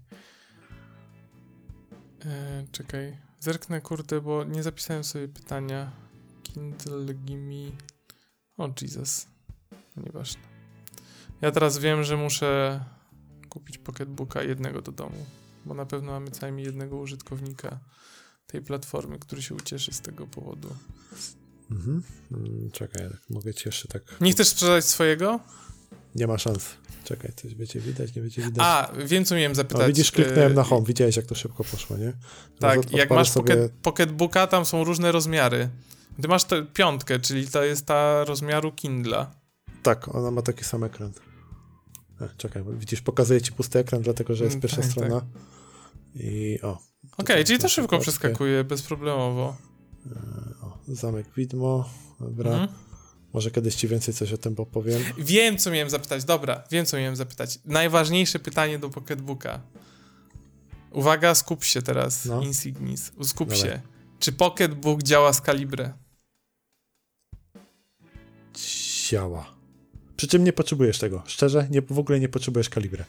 Okay. Czekaj. Zerknę, kurde, bo nie zapisałem sobie pytania. Kindle, gimme... O, Jesus. Nieważne. Ja teraz wiem, że muszę kupić pocketbooka jednego do domu, bo na pewno mamy co najmniej jednego użytkownika tej platformy, który się ucieszy z tego powodu. Mhm. Czekaj, mogę ci jeszcze tak... Nie chcesz sprzedać swojego? Nie ma szans. Czekaj, coś będzie widać, nie będzie widać. A, wiem, co miałem zapytać. No, widzisz, kliknąłem na home, widziałeś, jak to szybko poszło, nie? Tak, od, jak masz sobie... pocket, pocketbooka, tam są różne rozmiary. Ty masz tę piątkę, czyli to jest ta rozmiaru Kindla. Tak, ona ma taki sam ekran. E, czekaj, widzisz, pokazuję ci pusty ekran, dlatego, że jest mm, pierwsza tak, strona. Tak. I o. Okej, okay, czyli to szybko przeskakuje, bezproblemowo. E, o, zamek widmo, dobra. Mhm. Może kiedyś ci więcej coś o tym opowiem. Wiem, co miałem zapytać, dobra, wiem, co miałem zapytać. Najważniejsze pytanie do pocketbooka. Uwaga, skup się teraz, no. Insignis, skup Dawaj. się. Czy pocketbook działa z Calibre? Działa. Przy czym nie potrzebujesz tego. Szczerze, nie, w ogóle nie potrzebujesz Calibre.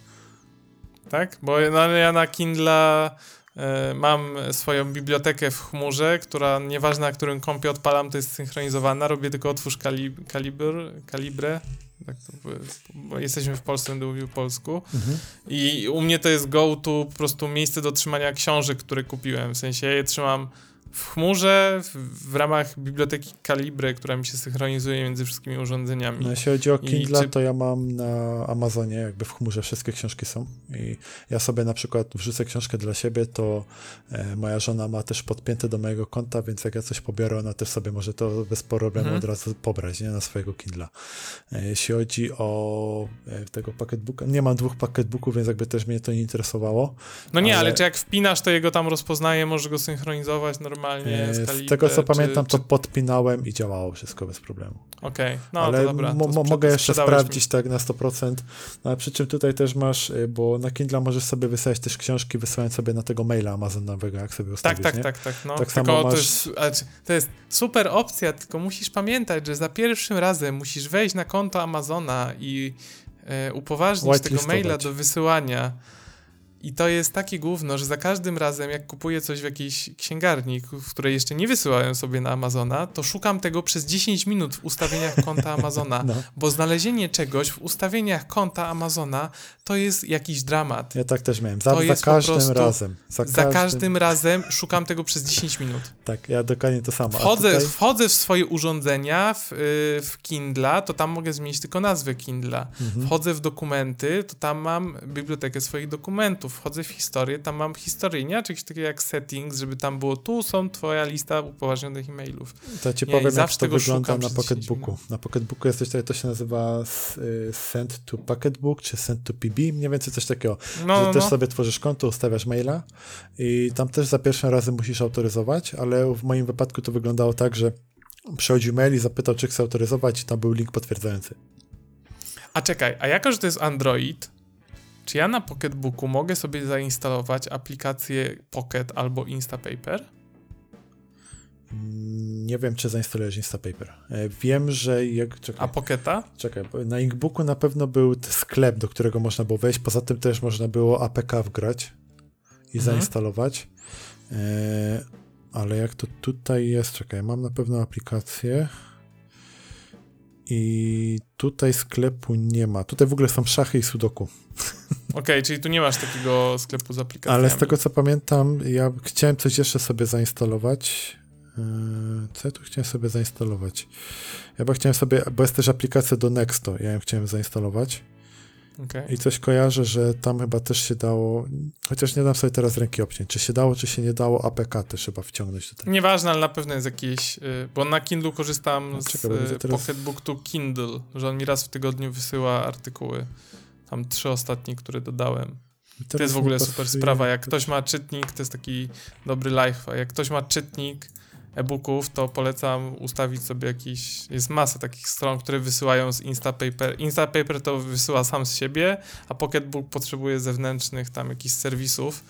Tak? Bo no, ja na Kindle y, mam swoją bibliotekę w chmurze, która nieważne na którym kompie odpalam, to jest synchronizowana. Robię tylko otwórz kalib- Calibre, Calibre. Tak to, bo jesteśmy w Polsce, będę mówił po polsku. Mhm. I u mnie to jest go to po prostu miejsce do trzymania książek, które kupiłem. W sensie ja je trzymam w chmurze, w, w ramach biblioteki Calibre, która mi się synchronizuje między wszystkimi urządzeniami. No, jeśli chodzi o Kindle, czy... to ja mam na Amazonie, jakby w chmurze wszystkie książki są. I ja sobie na przykład wrzucę książkę dla siebie, to e, moja żona ma też podpięte do mojego konta, więc jak ja coś pobiorę, ona też sobie może to bez problemu mhm. od razu pobrać, nie, na swojego Kindla. E, jeśli chodzi o e, tego pocketbooka, nie mam dwóch pocketbooków, więc jakby też mnie to nie interesowało. No nie, ale, ale czy jak wpinasz, to jego tam rozpoznaje, możesz go synchronizować normalnie. Z, z tego co czy, pamiętam, to czy... podpinałem i działało wszystko bez problemu. Okej, okay. no ale to dobra. To mo- mogę jeszcze sprawdzić mi. tak na sto procent. No, przy czym tutaj też masz, bo na Kindle możesz sobie wysyłać też książki, wysyłając sobie na tego maila amazonowego, jak sobie ustawisz, Tak, tak, nie? tak, tak. No. tak tylko samo masz... to, jest, to jest super opcja, tylko musisz pamiętać, że za pierwszym razem musisz wejść na konto Amazona i e, upoważnić tego maila do wysyłania. I to jest takie gówno, że za każdym razem, jak kupuję coś w jakiejś księgarni, w której jeszcze nie wysyłają sobie na Amazona, to szukam tego przez dziesięć minut w ustawieniach konta Amazona, no. bo znalezienie czegoś w ustawieniach konta Amazona to jest jakiś dramat. Ja tak też miałem. Za, za każdym prostu, razem. Za, za każdym... każdym razem szukam tego przez dziesięć minut. Tak, ja dokładnie to samo. Wchodzę, tutaj... wchodzę w swoje urządzenia, w, w Kindla, to tam mogę zmienić tylko nazwę Kindla. Mhm. Wchodzę w dokumenty, to tam mam bibliotekę swoich dokumentów. Wchodzę w historię, tam mam historyjnia, czy coś takiego jak settings, żeby tam było, tu są twoja lista upoważnionych e-mailów. To ci powiem, jak to wygląda na pocketbooku. Na pocketbooku jest coś takiego, to się nazywa send to pocketbook, czy send to P B, mniej więcej coś takiego, no, że no, też no. sobie tworzysz konto, ustawiasz maila i tam też za pierwszym razem musisz autoryzować, ale w moim wypadku to wyglądało tak, że przychodził mail i zapytał, czy chce autoryzować i tam był link potwierdzający. A czekaj, a jako, że to jest Android, czy ja na pocketbooku mogę sobie zainstalować aplikację Pocket albo Instapaper? Nie wiem, czy zainstalujesz Instapaper. Wiem, że jak... Czekaj, a Pocketa? Czekaj, na Inkbooku na pewno był sklep, do którego można było wejść, poza tym też można było A P K wgrać i mhm. zainstalować. E, ale jak to tutaj jest... Czekaj, mam na pewno aplikację i tutaj sklepu nie ma. Tutaj w ogóle są szachy i sudoku. Okej, okay, czyli tu nie masz takiego sklepu z aplikacjami. Ale z tego co pamiętam, ja chciałem coś jeszcze sobie zainstalować. Co ja tu chciałem sobie zainstalować? Ja bo chciałem sobie, bo jest też aplikacja do Nexto, ja ją chciałem zainstalować. Okay. I coś kojarzę, że tam chyba też się dało, chociaż nie dam sobie teraz ręki obciąć, czy się dało, czy się nie dało, A P K też chyba wciągnąć tutaj. Nieważne, ale na pewno jest jakieś, bo na Kindle korzystam no, z czekaj, teraz... Pocketbook to Kindle, że on mi raz w tygodniu wysyła artykuły. Tam trzy ostatnie, które dodałem. To jest w ogóle super sprawa. Jak ktoś ma czytnik, to jest taki dobry life. Jak ktoś ma czytnik e-booków, to polecam ustawić sobie jakiś... Jest masa takich stron, które wysyłają z Instapaper. Instapaper to wysyła sam z siebie, a Pocketbook potrzebuje zewnętrznych tam jakichś serwisów,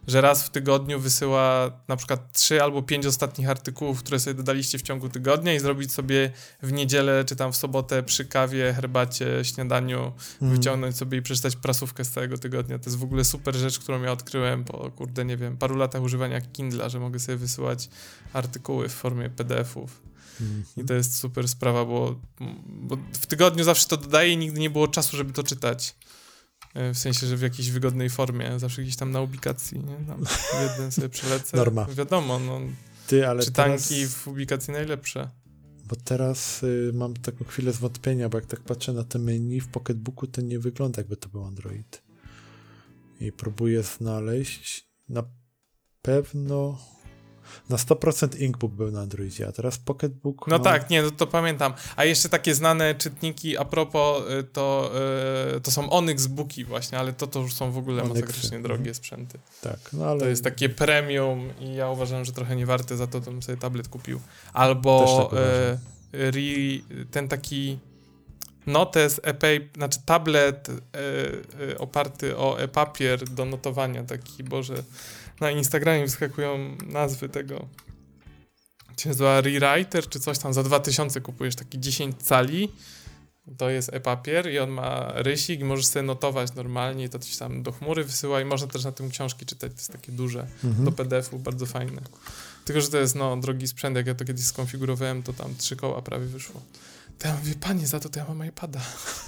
że raz w tygodniu wysyła na przykład trzy albo pięć ostatnich artykułów, które sobie dodaliście w ciągu tygodnia i zrobić sobie w niedzielę czy tam w sobotę przy kawie, herbacie, śniadaniu, mm. wyciągnąć sobie i przeczytać prasówkę z całego tygodnia. To jest w ogóle super rzecz, którą ja odkryłem po, kurde, nie wiem, paru latach używania Kindla, że mogę sobie wysyłać artykuły w formie P D F-ów. Mm. I to jest super sprawa, bo, bo w tygodniu zawsze to dodaję i nigdy nie było czasu, żeby to czytać. W sensie, że w jakiejś wygodnej formie, zawsze gdzieś tam na ubikacji, nie? Tam jeden sobie przelecę. Norma. Wiadomo, no, Ty, ale czytanki teraz, w ubikacji najlepsze. Bo teraz y, mam taką chwilę zwątpienia, bo jak tak patrzę na te menu w Pocketbooku, to nie wygląda, jakby to był Android. I próbuję znaleźć, na pewno na sto procent Inkbook był na Androidzie, a teraz Pocketbook... No ma... tak, nie, to, to pamiętam. A jeszcze takie znane czytniki a propos, to, yy, to są Onyx Booki właśnie, ale to, to już są w ogóle Onyxy. masakrycznie drogie sprzęty. Tak, no ale... To jest takie premium i ja uważam, że trochę nie warte, za to to bym sobie tablet kupił. Albo tak yy, re, ten taki notes, e-paper, znaczy tablet yy, yy, oparty o e-papier do notowania, taki, Boże... Na Instagramie wyskakują nazwy tego. Się nazywa Rewriter, czy coś tam. Za dwa tysiące kupujesz taki dziesięć cali. To jest e-papier i on ma rysik i możesz sobie notować normalnie i to coś tam do chmury wysyła i można też na tym książki czytać. To jest takie duże. Mhm. Do P D F-u, bardzo fajne. Tylko, że to jest no drogi sprzęt. Jak ja to kiedyś skonfigurowałem, to tam trzy koła prawie wyszło. To ja mówię, panie, za to to ja mam iPada.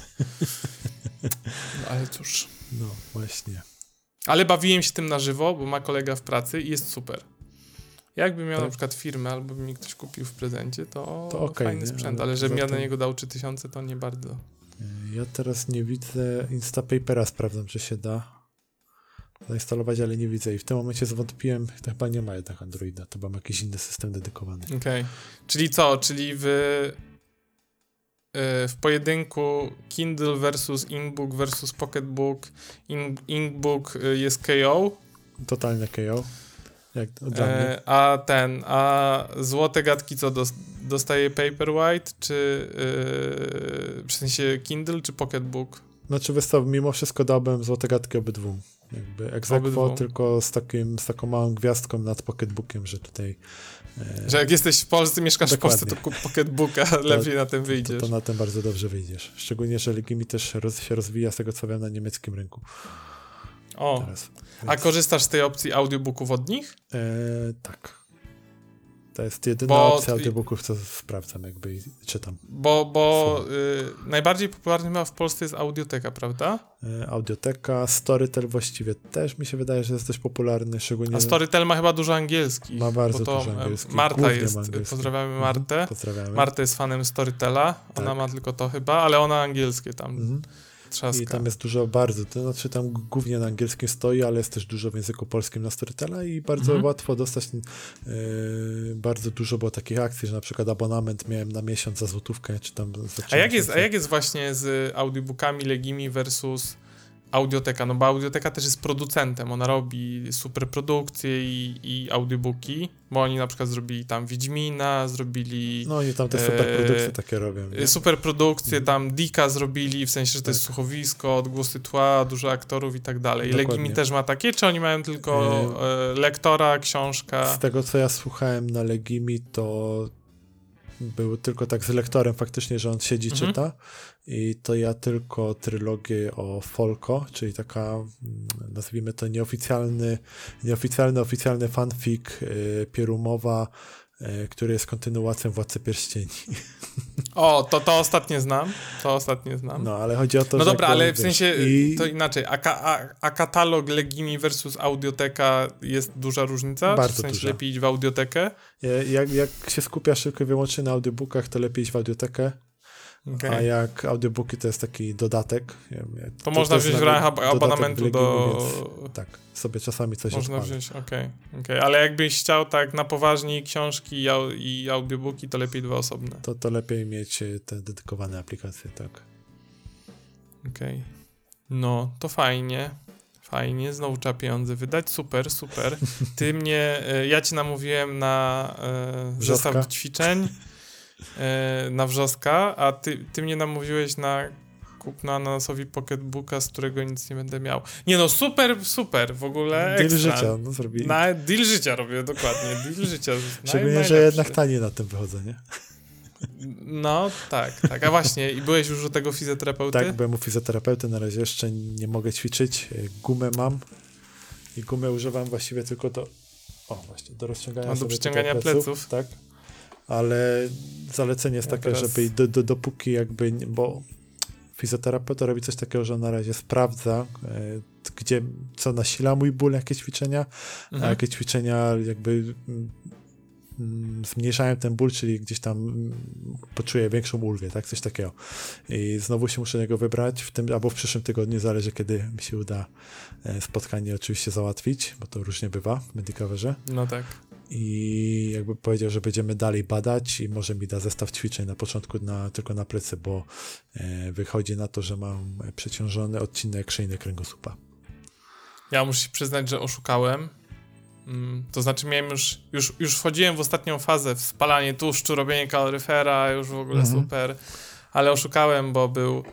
No ale cóż. No właśnie. Ale bawiłem się tym na żywo, bo ma kolega w pracy i jest super. Jakbym miał tak. na przykład firmę, albo by mi ktoś kupił w prezencie, to, to okay, fajny nie? sprzęt, ale, ale żebym ja na niego dał trzy tysiące, to nie bardzo. Ja teraz nie widzę Instapapera, sprawdzam, czy się da zainstalować, ale nie widzę i w tym momencie zwątpiłem, to chyba nie ma jednak Androida, to mam jakiś inny system dedykowany. Okej, okay. Czyli co? Czyli w, w pojedynku Kindle versus Inkbook versus Pocketbook, In, Inkbook jest K O? Totalnie K O. Jak dla mnie. E, a ten, a złote gadki co, dostaje Paperwhite, czy yy, w sensie Kindle, czy Pocketbook? Znaczy wiesz co, mimo wszystko dałbym złote gadki obydwu. Jakby ex aequo, tylko z, takim, z taką małą gwiazdką nad Pocketbookiem, że tutaj... E, że jak jesteś w Polsce, mieszkasz dokładnie. w Polsce, to kup Pocketbooka, to, lepiej na tym wyjdziesz. To, to na tym bardzo dobrze wyjdziesz. Szczególnie, że Legimi też roz, się rozwija z tego, co wiem, na niemieckim rynku. O, teraz, więc... a korzystasz z tej opcji audiobooków od nich? E, tak. To jest jedyna bo opcja audiobooków, co sprawdzam jakby i czytam. Bo, bo y, najbardziej popularny ma w Polsce jest Audioteka, prawda? E, Audioteka, Storytel właściwie też mi się wydaje, że jest dość popularny, szczególnie... A Storytel ma chyba dużo angielskich. Ma bardzo bo to dużo angielskich. Marta jest, pozdrawiamy Martę. Mhm, pozdrawiamy. Marta jest fanem Storytela, ona tak. ma tylko to chyba, ale ona angielskie tam... Mhm. Trzaska. I tam jest dużo bardzo, to znaczy tam głównie na angielskim stoi, ale jest też dużo w języku polskim na Storytela i bardzo mhm. łatwo dostać, yy, bardzo dużo było takich akcji, że na przykład abonament miałem na miesiąc za złotówkę, czy tam... A jak, jest, a jak jest właśnie z audiobookami Legimi versus Audioteka? No bo Audioteka też jest producentem, ona robi super produkcje i, i audiobooki, bo oni na przykład zrobili tam Wiedźmina, zrobili... No i tam te super produkcje e, takie robią. Nie? Super produkcje, tam Dika zrobili, w sensie, że to tak. jest słuchowisko, odgłosy tła, dużo aktorów i tak dalej. I Legimi też ma takie, czy oni mają tylko e, lektora, książka? Z tego, co ja słuchałem na Legimi, to był tylko tak z lektorem faktycznie, że on siedzi, mhm. czyta. I to ja tylko trylogię o Folko, czyli taka, nazwijmy to nieoficjalny, nieoficjalny, oficjalny fanfic y, Pierumowa, y, który jest kontynuacją Władcy Pierścieni. O, to, to ostatnie znam, to ostatnie znam. No, ale chodzi o to, no że... No dobra, go, ale wiesz, w sensie, i... to inaczej, a, a, a katalog Legimi versus Audioteka jest duża różnica? Bardzo w sensie duża. lepiej iść w Audiotekę? Jak, jak się skupiasz tylko i wyłącznie na audiobookach, to lepiej iść w Audiotekę. Okay. A jak audiobooki to jest taki dodatek. Ja, to, to można to wziąć w ramach abonamentu do... Więc, tak, sobie czasami coś można odpalę. wziąć, okej. Okay, okay. Ale jakbyś chciał tak na poważnie książki i, au, i audiobooki, to lepiej dwa osobne. To, to lepiej mieć te dedykowane aplikacje, tak. Okej. Okay. No, to fajnie. Fajnie, znowu trzeba pieniądze wydać. Super, super. Ty mnie... Ja cię namówiłem na e, zestaw do ćwiczeń. Na Wrzoska, a ty, ty mnie namówiłeś na kupno Ananasowi pocketbooka, z którego nic nie będę miał. Nie no, super, super, w ogóle Deal ekstra. życia, no zrobili. Na, deal życia robię, dokładnie, deal życia. Szczególnie, naj, że jednak taniej na tym wychodzę, nie? No, tak, tak. A właśnie, i byłeś już u tego fizjoterapeuty? Tak, byłem u fizjoterapeuty, na razie jeszcze nie mogę ćwiczyć. Gumę mam i gumę używam właściwie tylko do, o właśnie, do rozciągania no, do sobie przyciągania pleców, pleców. Tak, ale zalecenie jest ja takie, teraz... żeby do, do, dopóki jakby, bo fizjoterapeuta robi coś takiego, że na razie sprawdza, e, gdzie, co nasila mój ból, jakie ćwiczenia, mhm. a jakie ćwiczenia jakby mm, zmniejszają ten ból, czyli gdzieś tam mm, poczuję większą ulgę, tak, coś takiego. I znowu się muszę niego wybrać w tym, albo w przyszłym tygodniu, zależy kiedy mi się uda e, spotkanie oczywiście załatwić, bo to różnie bywa w Medicoverze. No tak. I jakby powiedział, że będziemy dalej badać i może mi da zestaw ćwiczeń na początku na, tylko na plecy, bo e, wychodzi na to, że mam przeciążony odcinek szyjny kręgosłupa. Ja muszę się przyznać, że oszukałem. Mm, to znaczy miałem już, już, już wchodziłem w ostatnią fazę, w spalanie tłuszczu, robienie kaloryfera, już w ogóle mhm. super, ale oszukałem, bo był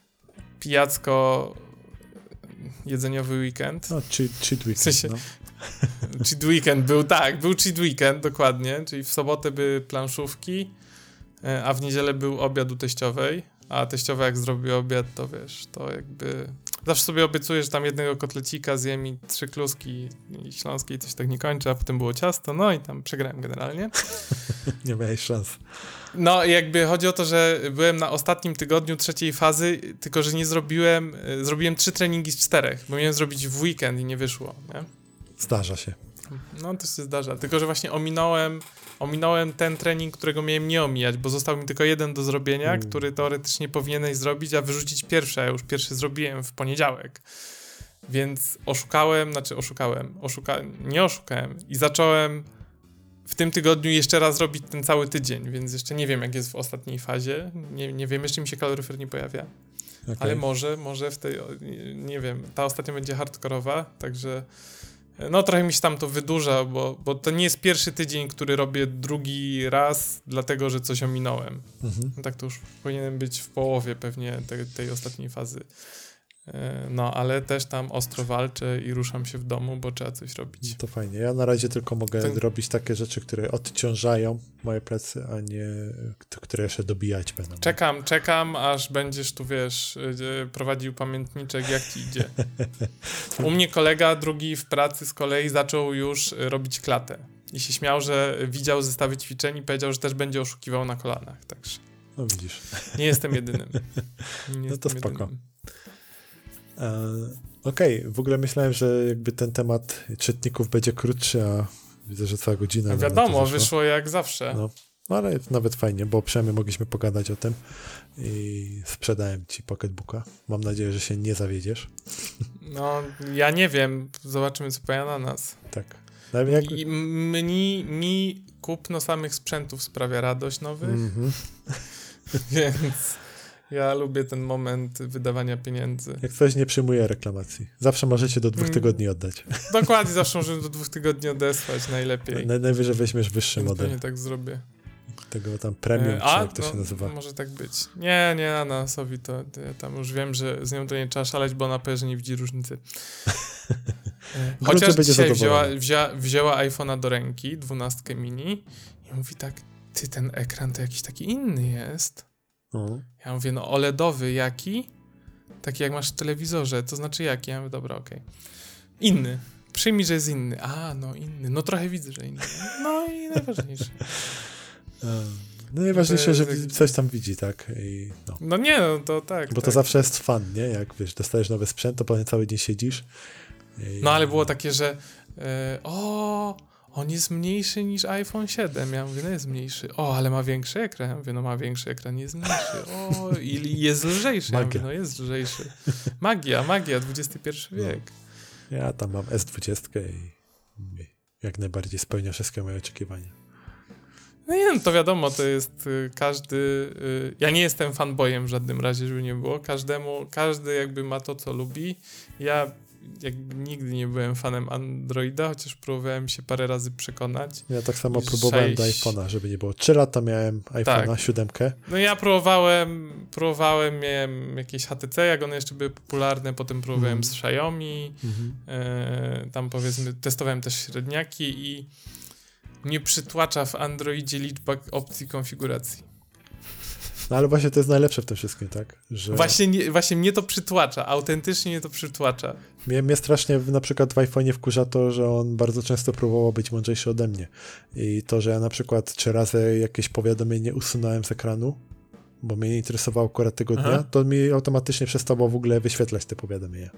pijacko jedzeniowy weekend. No, cheat, cheat weekend, w sensie, no. Cheat weekend był, tak, był cheat weekend, dokładnie, czyli w sobotę były planszówki, a w niedzielę był obiad u teściowej, a teściowa jak zrobi obiad, to wiesz, to jakby... Zawsze sobie obiecuję, że tam jednego kotlecika zjem i trzy kluski i śląskie i coś tak nie kończy, a potem było ciasto, no i tam przegrałem generalnie. Nie miałeś szans. No jakby chodzi o to, że byłem na ostatnim tygodniu trzeciej fazy, tylko że nie zrobiłem, zrobiłem trzy treningi z czterech, bo miałem zrobić w weekend i nie wyszło, nie? Zdarza się. No to się zdarza, tylko że właśnie ominąłem, ominąłem ten trening, którego miałem nie omijać, bo został mi tylko jeden do zrobienia, mm. który teoretycznie powinieneś zrobić, a wyrzucić pierwszy, a ja już pierwszy zrobiłem w poniedziałek. Więc oszukałem, znaczy oszukałem, oszuka, nie oszukałem i zacząłem w tym tygodniu jeszcze raz robić ten cały tydzień, więc jeszcze nie wiem, jak jest w ostatniej fazie, nie, nie wiem, jeszcze mi się kaloryfer nie pojawia. Okay. Ale może, może w tej, nie wiem, ta ostatnia będzie hardkorowa, także no trochę mi się tam to wydłuża, bo, bo to nie jest pierwszy tydzień, który robię drugi raz, dlatego, że coś ominąłem. Mhm. No tak to już powinienem być w połowie pewnie te, tej ostatniej fazy. No, ale też tam ostro walczę i ruszam się w domu, bo trzeba coś robić. To fajnie. Ja na razie tylko mogę to... robić takie rzeczy, które odciążają moje plecy, a nie które jeszcze dobijać będą. Czekam, czekam, aż będziesz tu, wiesz, prowadził pamiętniczek, jak ci idzie. U mnie kolega drugi w pracy z kolei zaczął już robić klatę. I się śmiał, że widział zestawy ćwiczeń i powiedział, że też będzie oszukiwał na kolanach. Także no widzisz. Nie jestem jedynym. Nie no to spoko. Jedynym. Okej, okay. W ogóle myślałem, że jakby ten temat czytników będzie krótszy, a widzę, że cała godzina. No wiadomo, wyszło jak zawsze. No, ale nawet fajnie, bo przynajmniej mogliśmy pogadać o tym i sprzedałem ci pocketbooka. Mam nadzieję, że się nie zawiedziesz. No, ja nie wiem. Zobaczymy, co powie na nas. Tak. Jak... I mi, mi kupno samych sprzętów sprawia radość nowych, mm-hmm. Więc... Ja lubię ten moment wydawania pieniędzy. Jak ktoś nie przyjmuje reklamacji. Zawsze możecie do dwóch tygodni oddać. Dokładnie, zawsze możemy do dwóch tygodni odesłać, najlepiej. Na, najwyżej weźmiesz wyższy Więc model. Pewnie tak zrobię. Tego tam premium, A, czy jak to no, się nazywa. Może tak być. Nie, nie, Ananasowi to, to ja tam już wiem, że z nią to nie trzeba szaleć, bo ona powie, że nie widzi różnicy. Chociaż dzisiaj wzięła, wzięła, wzięła iPhone'a do ręki, dwunastkę mini i mówi tak, ty, ten ekran to jakiś taki inny jest. Uh-huh. Ja mówię, no OLEDowy jaki? Taki jak masz w telewizorze, to znaczy jaki? Ja mówię, dobra, okej. Okay. Inny. Przyjmij, że jest inny. A, no inny. No trochę widzę, że inny. No i najważniejsze. No najważniejsze, że coś tam widzi, tak? I no. no nie, no to tak. Bo tak. to zawsze jest fun, nie? Jak wiesz, dostajesz nowy sprzęt, to potem cały dzień siedzisz. I... No ale było takie, że yy, o, on jest mniejszy niż iPhone siedem. Ja mówię, no jest mniejszy. O, ale ma większy ekran. Ja mówię, no ma większy ekran, jest mniejszy. O, i jest lżejszy. Ja mówię, no jest lżejszy. Magia, magia, dwudziesty pierwszy wiek. No. Ja tam mam S dwadzieścia i jak najbardziej spełnia wszystkie moje oczekiwania. No nie, no to wiadomo, to jest y, każdy... Y, ja nie jestem fanboyem w żadnym razie, żeby nie było. Każdemu, każdy jakby ma to, co lubi. Ja jakby nigdy nie byłem fanem Androida, chociaż próbowałem się parę razy przekonać. Ja tak samo próbowałem do iPhone'a, żeby nie było. Trzy lata miałem iPhone'a, tak. siódemkę. No ja próbowałem, próbowałem, miałem jakieś H T C, jak one jeszcze były popularne, potem próbowałem mm. z Xiaomi, mm-hmm. e, tam powiedzmy testowałem też średniaki i mnie przytłacza w Androidzie liczba opcji konfiguracji. No ale właśnie to jest najlepsze w tym wszystkim, tak? Że... Właśnie, nie, właśnie mnie to przytłacza, autentycznie mnie to przytłacza. Mnie, mnie strasznie na przykład w iPhone'ie wkurza to, że on bardzo często próbował być mądrzejszy ode mnie. I to, że ja na przykład trzy razy jakieś powiadomienie usunąłem z ekranu, bo mnie nie interesowało akurat tego Aha. dnia, to mi automatycznie przestało w ogóle wyświetlać te powiadomienia.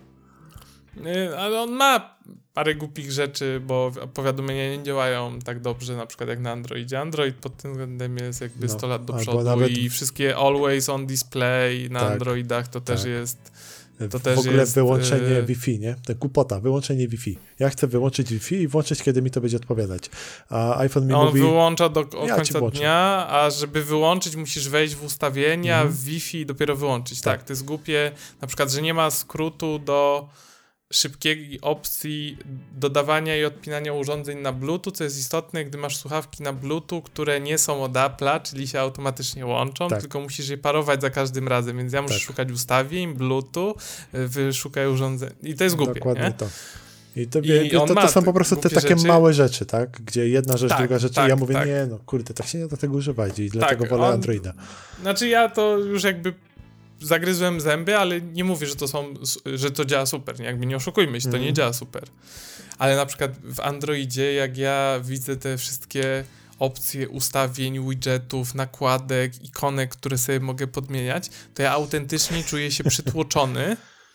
Ale on ma parę głupich rzeczy, bo powiadomienia nie działają tak dobrze, na przykład jak na Androidzie. Android pod tym względem jest jakby no, sto lat do przodu nawet... i wszystkie always on display na tak, Androidach to tak. też jest to w też ogóle jest, wyłączenie y... Wi-Fi, nie? To głupota, wyłączenie Wi-Fi. Ja chcę wyłączyć Wi-Fi i włączyć, kiedy mi to będzie odpowiadać. A iPhone mi On mówi... On wyłącza do o ja końca dnia, a żeby wyłączyć musisz wejść w ustawienia, mm. w Wi-Fi i dopiero wyłączyć. Tak. tak, to jest głupie. Na przykład, że nie ma skrótu do szybkiej opcji dodawania i odpinania urządzeń na Bluetooth, co jest istotne, gdy masz słuchawki na Bluetooth, które nie są od Apple'a, czyli się automatycznie łączą, tak. tylko musisz je parować za każdym razem, więc ja muszę tak. szukać ustawień, Bluetooth, wyszukaj urządzeń. I to jest głupie, Dokładnie nie? to. I to, I to, to, to są po prostu te takie rzeczy. Małe rzeczy, tak? Gdzie jedna rzecz, tak, druga rzecz, tak, ja mówię, tak. nie, no kurde, tak się nie da tego używać i dlatego tak, wolę on, Androida. Znaczy ja to już jakby zagryzłem zęby, ale nie mówię, że to są, że to działa super, nie? Jakby nie oszukujmy się, to mm. nie działa super. Ale na przykład w Androidzie, jak ja widzę te wszystkie opcje ustawień, widgetów, nakładek, ikonek, które sobie mogę podmieniać, to ja autentycznie czuję się przytłoczony,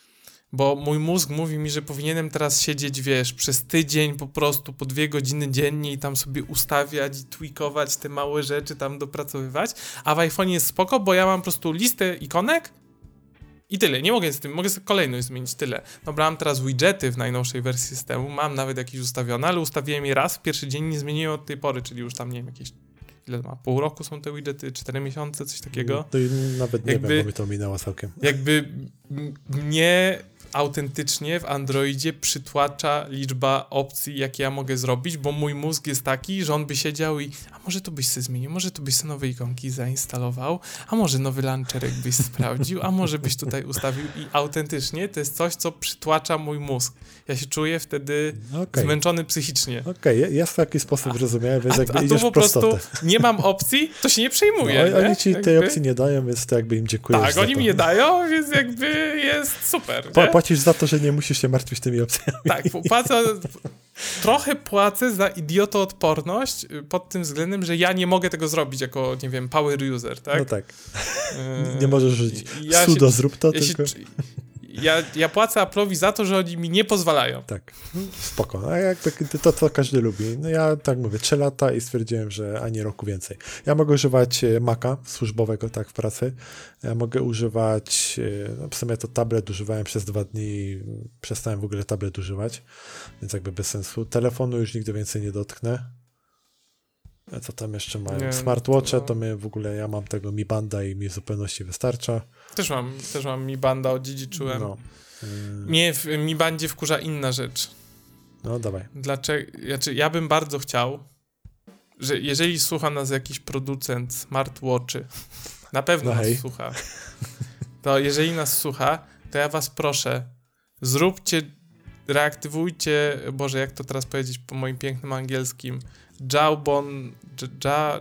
bo mój mózg mówi mi, że powinienem teraz siedzieć, wiesz, przez tydzień po prostu po dwie godziny dziennie i tam sobie ustawiać i tweakować te małe rzeczy, tam dopracowywać, a w iPhone'ie jest spoko, bo ja mam po prostu listę ikonek i tyle, nie mogę z tym, mogę sobie kolejność zmienić, tyle. Dobra, mam teraz widgety w najnowszej wersji systemu, mam nawet jakieś ustawione, ale ustawiłem je raz w pierwszy dzień, nie zmieniłem od tej pory, czyli już tam, nie wiem, jakieś ile ma, pół roku są te widgety, cztery miesiące, coś takiego. To nawet nie jakby, wiem, bo mi to minęło całkiem. Jakby mnie autentycznie w Androidzie przytłacza liczba opcji, jakie ja mogę zrobić, bo mój mózg jest taki, że on by siedział i a może to byś sobie zmienił, może to byś sobie nowe ikonki zainstalował, a może nowy launcherek byś sprawdził, a może byś tutaj ustawił i autentycznie to jest coś, co przytłacza mój mózg. Ja się czuję wtedy okay. zmęczony psychicznie. Okej, okay, jest w taki sposób zrozumiałem, więc a, jakby a idziesz po prostu nie mam opcji, to się nie przejmuję. No, nie? Oni ci jakby... tej opcji nie dają, więc to jakby im dziękuję. Tak, oni mi nie dają, więc jakby jest super. Po, płacisz za to, że nie musisz się martwić tymi opcjami. Tak, płacę, trochę płacę za idiotoodporność pod tym względem, że ja nie mogę tego zrobić jako, nie wiem, power user, tak? No tak. Yy, nie możesz żyć. Ja Sudo, się, zrób to ja tylko. Się, ja, ja płacę Apple'owi za to, że oni mi nie pozwalają. Tak, spoko. A jakby to, to każdy lubi. No ja tak mówię, trzy lata i stwierdziłem, że ani roku więcej. Ja mogę używać Maca służbowego, tak, w pracy. Ja mogę używać, no w sumie to tablet używałem przez dwa dni, przestałem w ogóle tablet używać, więc jakby bez sensu. Telefonu już nigdy więcej nie dotknę. A co tam jeszcze mają? Nie, Smartwatche, to... to my w ogóle, ja mam tego Mi Banda i mi w zupełności wystarcza. Też mam, też mam Mi Banda, odziedziczyłem. No. Yy... Mnie w Mi Bandzie wkurza inna rzecz. No, dawaj. Dlaczego? Znaczy, ja bym bardzo chciał, że jeżeli słucha nas jakiś producent smartwatchy, na pewno no nas hej. słucha, to jeżeli nas słucha, to ja was proszę, zróbcie, reaktywujcie, Boże, jak to teraz powiedzieć po moim pięknym angielskim, Jawbone, ja,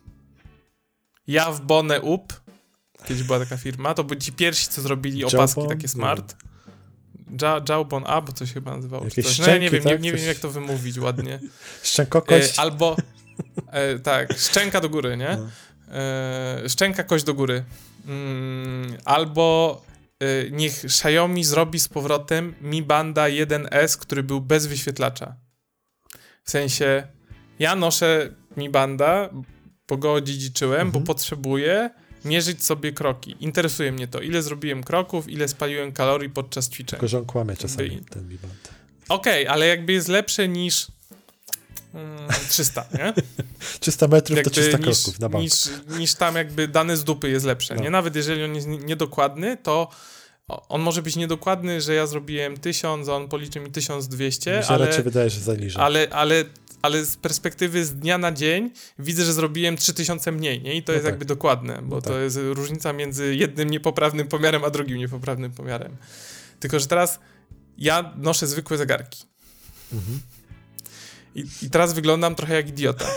Jawbone Up, kiedyś była taka firma, to byli ci pierwsi, co zrobili opaski Jawbone? Takie smart. Ja, Jawbone Up, bo coś chyba nazywało. Jakieś coś. szczęki, no ja nie wiem, tak? nie, nie coś... wiem jak to wymówić ładnie. Szczękokość. E, albo, e, tak, szczęka do góry, nie? No. E, szczęka, kość do góry. Mm, albo e, niech Xiaomi zrobi z powrotem Mi Banda jeden S, który był bez wyświetlacza. W sensie, ja noszę Mi Banda, bo go odziedziczyłem, mhm. bo potrzebuję mierzyć sobie kroki. Interesuje mnie to, ile zrobiłem kroków, ile spaliłem kalorii podczas ćwiczeń. Tylko, że on kłamie czasami, jakby... ten Mi Band. Okej, okay, ale jakby jest lepsze niż mm, trzysta, nie? trzysta metrów jakby to trzysta niż, kroków na bank. Niż, niż tam jakby dane z dupy jest lepsze, no. nie? Nawet jeżeli on jest niedokładny, to on może być niedokładny, że ja zrobiłem tysiąc, a on policzy mi tysiąc dwieście, Mi się ale... raczej wydaje, że zaniża. Ale, ale, ale z perspektywy z dnia na dzień widzę, że zrobiłem trzy tysiące mniej, nie? I to no jest tak. jakby dokładne, bo no to tak. jest różnica między jednym niepoprawnym pomiarem, a drugim niepoprawnym pomiarem. Tylko, że teraz ja noszę zwykłe zegarki. Mhm. I, I teraz wyglądam trochę jak idiota.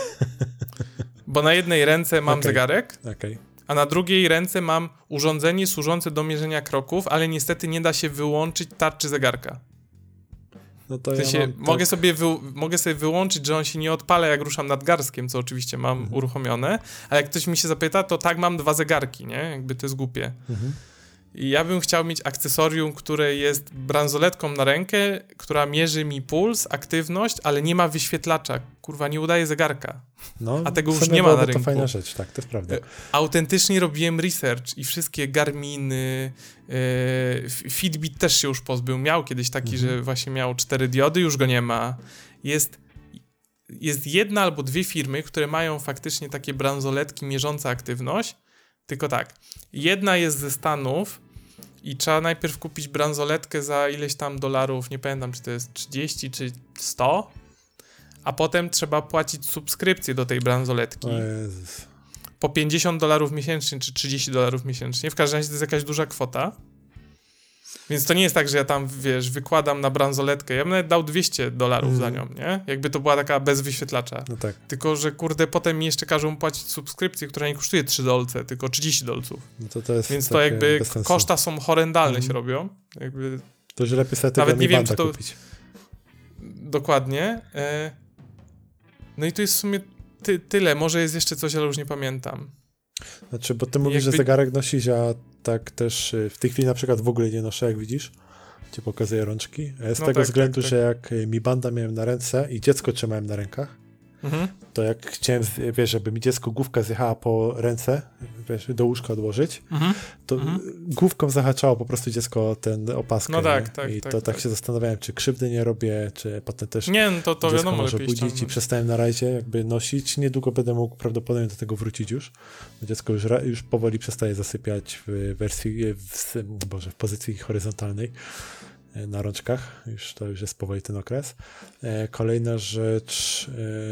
Bo na jednej ręce mam okay. zegarek, okay. a na drugiej ręce mam urządzenie służące do mierzenia kroków, ale niestety nie da się wyłączyć tarczy zegarka. No to w sensie, ja mam mogę, tak... sobie wy, mogę sobie wyłączyć, że on się nie odpala, jak ruszam nadgarstkiem, co oczywiście mam mhm. uruchomione, ale jak ktoś mi się zapyta, to tak, mam dwa zegarki, nie? Jakby to jest głupie. Mhm. I ja bym chciał mieć akcesorium, które jest bransoletką na rękę, która mierzy mi puls, aktywność, ale nie ma wyświetlacza. Kurwa, nie udaje zegarka. No, a tego już nie ma na rynku. To fajna rzecz, tak, to jest prawda. Autentycznie robiłem research i wszystkie Garminy, yy, Fitbit też się już pozbył. Miał kiedyś taki, mhm. że właśnie miał cztery diody, już go nie ma. Jest, jest jedna albo dwie firmy, które mają faktycznie takie bransoletki mierzące aktywność, tylko tak, jedna jest ze Stanów i trzeba najpierw kupić bransoletkę za ileś tam dolarów, nie pamiętam, czy to jest trzydzieści czy sto, a potem trzeba płacić subskrypcję do tej bransoletki. O Jezus. Po pięćdziesiąt dolarów miesięcznie, czy trzydzieści dolarów miesięcznie. W każdym razie to jest jakaś duża kwota. Więc to nie jest tak, że ja tam, wiesz, wykładam na bransoletkę. Ja bym nawet dał dwieście dolarów mm. za nią, nie? Jakby to była taka bez wyświetlacza. No tak. Tylko, że kurde, potem mi jeszcze każą płacić subskrypcję, która nie kosztuje trzy dolce, tylko trzydzieści dolców. No to to jest Więc to jakby koszta są horrendalne mm. się robią. Jakby... To już lepiej sobie tego nawet nie wiem, czy to... kupić. Dokładnie. E... No i to jest w sumie ty, tyle. Może jest jeszcze coś, ale już nie pamiętam. Znaczy, bo ty mówisz, jakby... że zegarek nosisz, a tak też w tej chwili na przykład w ogóle nie noszę, jak widzisz. Ci pokazuję rączki. Z no tego tak, względu, tak, że jak Mi Banda miałem na ręce i dziecko trzymałem na rękach, mhm. to jak chciałem, wiesz, żeby mi dziecko główka zjechała po ręce, wiesz, do łóżka odłożyć, mhm. to mhm. główką zahaczało po prostu dziecko ten opaskę. No tak, nie? tak. I tak, to tak tak się zastanawiałem, czy krzywdy nie robię, czy potem też nie, no to, to dziecko wiadomo, może lepiej budzić ściągnąć. i przestałem na rajdzie jakby nosić. Niedługo będę mógł prawdopodobnie do tego wrócić już. Bo dziecko już, już powoli przestaje zasypiać w wersji, w, Boże, w pozycji horyzontalnej na rączkach. Już to już jest powoli ten okres. Kolejna rzecz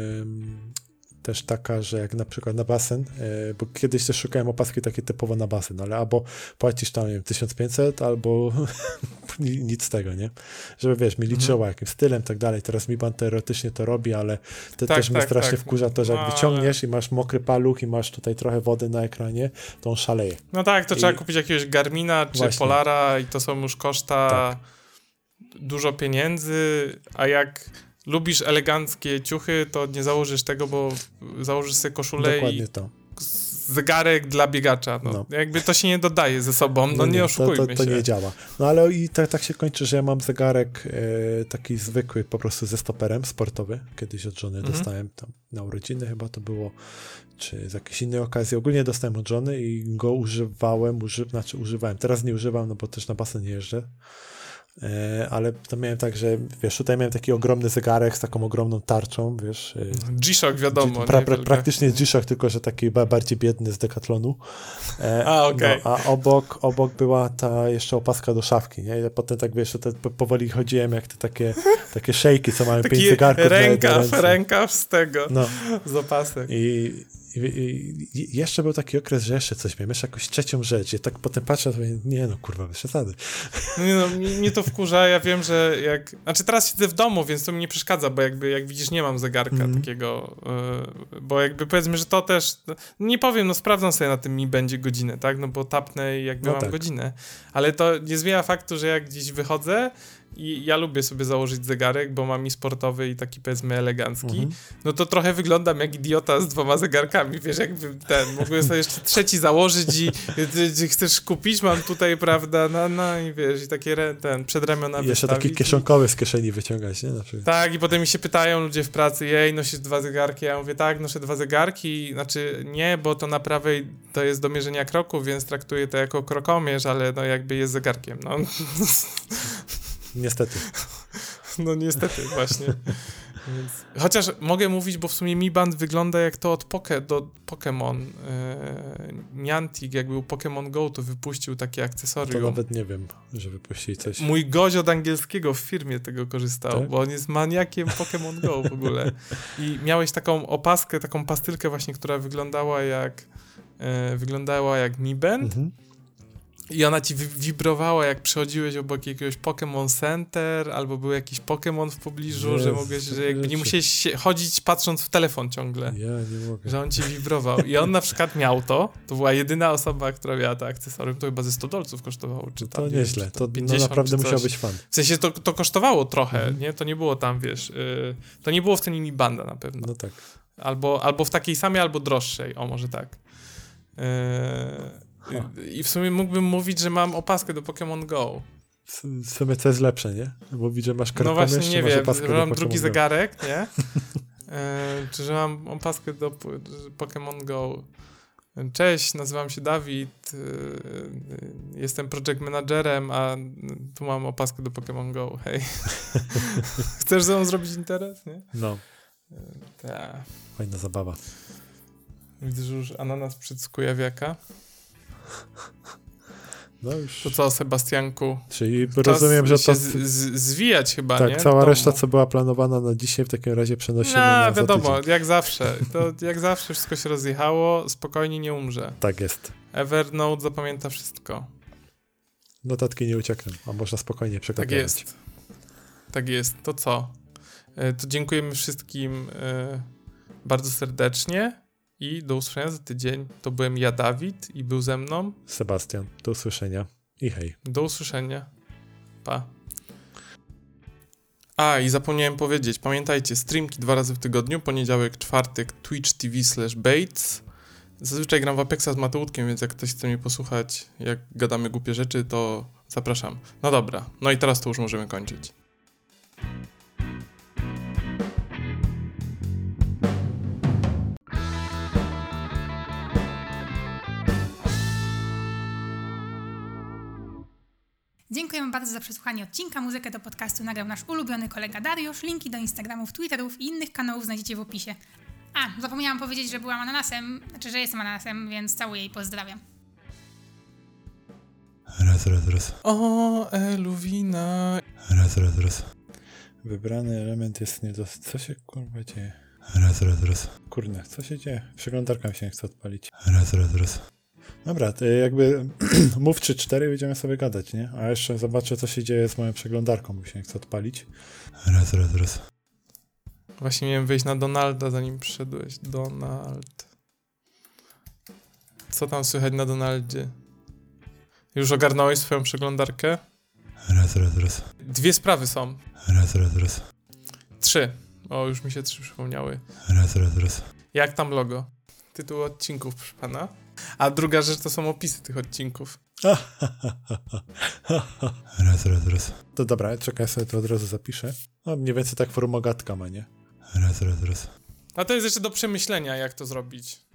też taka, że jak na przykład na basen, bo kiedyś też szukałem opaski takie typowo na basen, ale albo płacisz tam, nie wiem, tysiąc pięćset, albo nic z tego, nie? Żeby, wiesz, mi liczyła mhm. jakimś stylem, tak dalej. Teraz Mi Band teoretycznie to robi, ale to tak, też tak, mnie strasznie tak. wkurza to, że jak no, wyciągniesz ale... i masz mokry paluch i masz tutaj trochę wody na ekranie, to on szaleje. No tak, to I... trzeba kupić jakiegoś Garmina czy Właśnie. Polara i to są już koszta tak. dużo pieniędzy, a jak lubisz eleganckie ciuchy, to nie założysz tego, bo założysz sobie koszulę Dokładnie i to. zegarek dla biegacza. No. No. Jakby to się nie dodaje ze sobą, no, no nie, nie oszukujmy to, to, to się. To nie działa. No ale i tak, tak się kończy, że ja mam zegarek e, taki zwykły, po prostu ze stoperem, sportowy. Kiedyś od żony mhm. dostałem tam na urodziny chyba to było, czy z jakiejś innej okazji. Ogólnie dostałem od żony i go używałem, uży, znaczy używałem. Teraz nie używam, no bo też na basen nie jeżdżę. Ale to miałem tak, że wiesz, tutaj miałem taki ogromny zegarek z taką ogromną tarczą, wiesz. G-Shock wiadomo. Pra, pra, praktycznie G-Shock, tylko że taki bardziej biedny z Decathlonu. A, okej. Okay. No, a obok, obok była ta jeszcze opaska do szafki, nie? I potem tak, wiesz, to powoli chodziłem jak te takie, takie szejki, co mają pięć zegarków. Rękaw, rękaw z tego, no. z opasek. I I, i, I jeszcze był taki okres, że jeszcze coś miałem, jeszcze jakąś trzecią rzecz. I tak potem patrzę, to mówię, nie no, kurwa, bez przesady. Nie no, mnie to wkurza, ja wiem, że jak... Znaczy teraz siedzę w domu, więc to mi nie przeszkadza, bo jakby, jak widzisz, nie mam zegarka mm. takiego, yy, bo jakby powiedzmy, że to też... No, nie powiem, no sprawdzam sobie na tym Mi będzie godzinę, tak? No bo tapnę i jakby no mam tak. godzinę. Ale to nie zmienia faktu, że jak gdzieś wychodzę i ja lubię sobie założyć zegarek, bo mam i sportowy i taki powiedzmy elegancki, mhm. no to trochę wyglądam jak idiota z dwoma zegarkami, wiesz, jakby ten, mogłem sobie jeszcze trzeci założyć i ty, ty chcesz kupić, mam tutaj, prawda, no, no i wiesz, i takie ten, przedramiona I jeszcze wystawić. taki kieszonkowy z kieszeni wyciągać, nie? Znaczy... Tak, i potem mi się pytają ludzie w pracy, jej, nosisz dwa zegarki? Ja mówię, tak, noszę dwa zegarki, znaczy nie, bo to na prawej to jest do mierzenia kroków, więc traktuję to jako krokomierz, ale no jakby jest zegarkiem, no. Niestety. No niestety, właśnie. Więc, chociaż mogę mówić, bo w sumie Mi Band wygląda jak to od Poke, do Pokémon. Yy, Niantic, jak był Pokémon Go, to wypuścił takie akcesorium. To nawet nie wiem, że wypuścili coś. Mój gość od angielskiego w firmie tego korzystał, tak? bo on jest maniakiem Pokémon Go w ogóle. I miałeś taką opaskę, taką pastylkę właśnie, która wyglądała jak yy, wyglądała jak Mi Band. Mhm. I ona ci wibrowała, jak przychodziłeś obok jakiegoś Pokémon Center, albo był jakiś Pokémon w pobliżu, Jezu, że mogłeś, że jakby nie musiałeś się chodzić patrząc w telefon ciągle. Ja nie mogę. Że on ci wibrował. I on na przykład miał to, to była jedyna osoba, która miała to akcesorium, to chyba ze sto dolców kosztowało. Czy tam, to nieźle, wiem, to pięćdziesiąt, no naprawdę musiał musiał być fan. W sensie to, to kosztowało trochę, mhm. nie? To nie było tam, wiesz, yy, to nie było w cenie Mi Banda na pewno. No tak. Albo, albo w takiej samej, albo droższej, o może tak. Yy, Ha. I w sumie mógłbym mówić, że mam opaskę do Pokémon Go. W sumie co jest lepsze, nie? Bo widzę, że masz kartę. No właśnie, nie wiem, że mam drugi Go. zegarek, nie? e, czy że mam opaskę do Pokémon Go. Cześć, nazywam się Dawid, e, jestem project managerem, a tu mam opaskę do Pokémon Go, hej. Chcesz ze mną zrobić interes, nie? No. E, ta. Fajna zabawa. Widzę, że już ananas przed skujawiaka. No już. To co, Sebastianku? Czyli rozumiem, że to... Z, z, zwijać chyba, tak, nie? Tak, cała reszta, co była planowana na dzisiaj, w takim razie przenosimy no, na wiadomo, jak zawsze. To jak zawsze wszystko się rozjechało, spokojnie nie umrze. Tak jest. Evernote zapamięta wszystko. Notatki nie uciekną, a można spokojnie przekopiować. Tak jest. Tak jest. To co? To dziękujemy wszystkim bardzo serdecznie. I do usłyszenia za tydzień. To byłem ja, Dawid, i był ze mną Sebastian. Do usłyszenia i hej. Do usłyszenia. Pa. A, i zapomniałem powiedzieć. Pamiętajcie, streamki dwa razy w tygodniu. Poniedziałek, czwartek, Twitch T V slash Bates. Zazwyczaj gram w Apexa z Mateutkiem, więc jak ktoś chce mnie posłuchać, jak gadamy głupie rzeczy, to zapraszam. No dobra. No i teraz to już możemy kończyć. Dziękujemy bardzo za przesłuchanie odcinka. Muzykę do podcastu nagrał nasz ulubiony kolega Dariusz. Linki do Instagramów, Twitterów i innych kanałów znajdziecie w opisie. A, zapomniałam powiedzieć, że byłam ananasem, znaczy, że jestem ananasem, więc całuję i pozdrawiam. Raz, raz, raz. O, Eluwina. Raz, raz, raz. Wybrany element jest nie do... Co się kurwa dzieje? Raz, raz, raz. Kurna, co się dzieje? Przeglądarka mi się nie chce odpalić. Raz, raz, raz. Dobra, to jakby mów trzy cztery, będziemy sobie gadać, nie? A jeszcze zobaczę, co się dzieje z moją przeglądarką, bo się nie chce odpalić. Raz, raz, raz. Właśnie miałem wejść na Donalda, zanim przyszedłeś. Donald. Co tam słychać na Donaldzie? Już ogarnąłeś swoją przeglądarkę? Raz, raz, raz. Dwie sprawy są. Raz, raz, raz. Trzy. O, już mi się trzy przypomniały. Raz, raz, raz. Jak tam logo? Tytuł odcinków, proszę pana. A druga rzecz to są opisy tych odcinków. Raz, raz, raz. To dobra, czekaj, sobie to od razu zapiszę. No mniej więcej tak formogatka ma, nie? Raz, raz, raz. A to jest jeszcze do przemyślenia, jak to zrobić.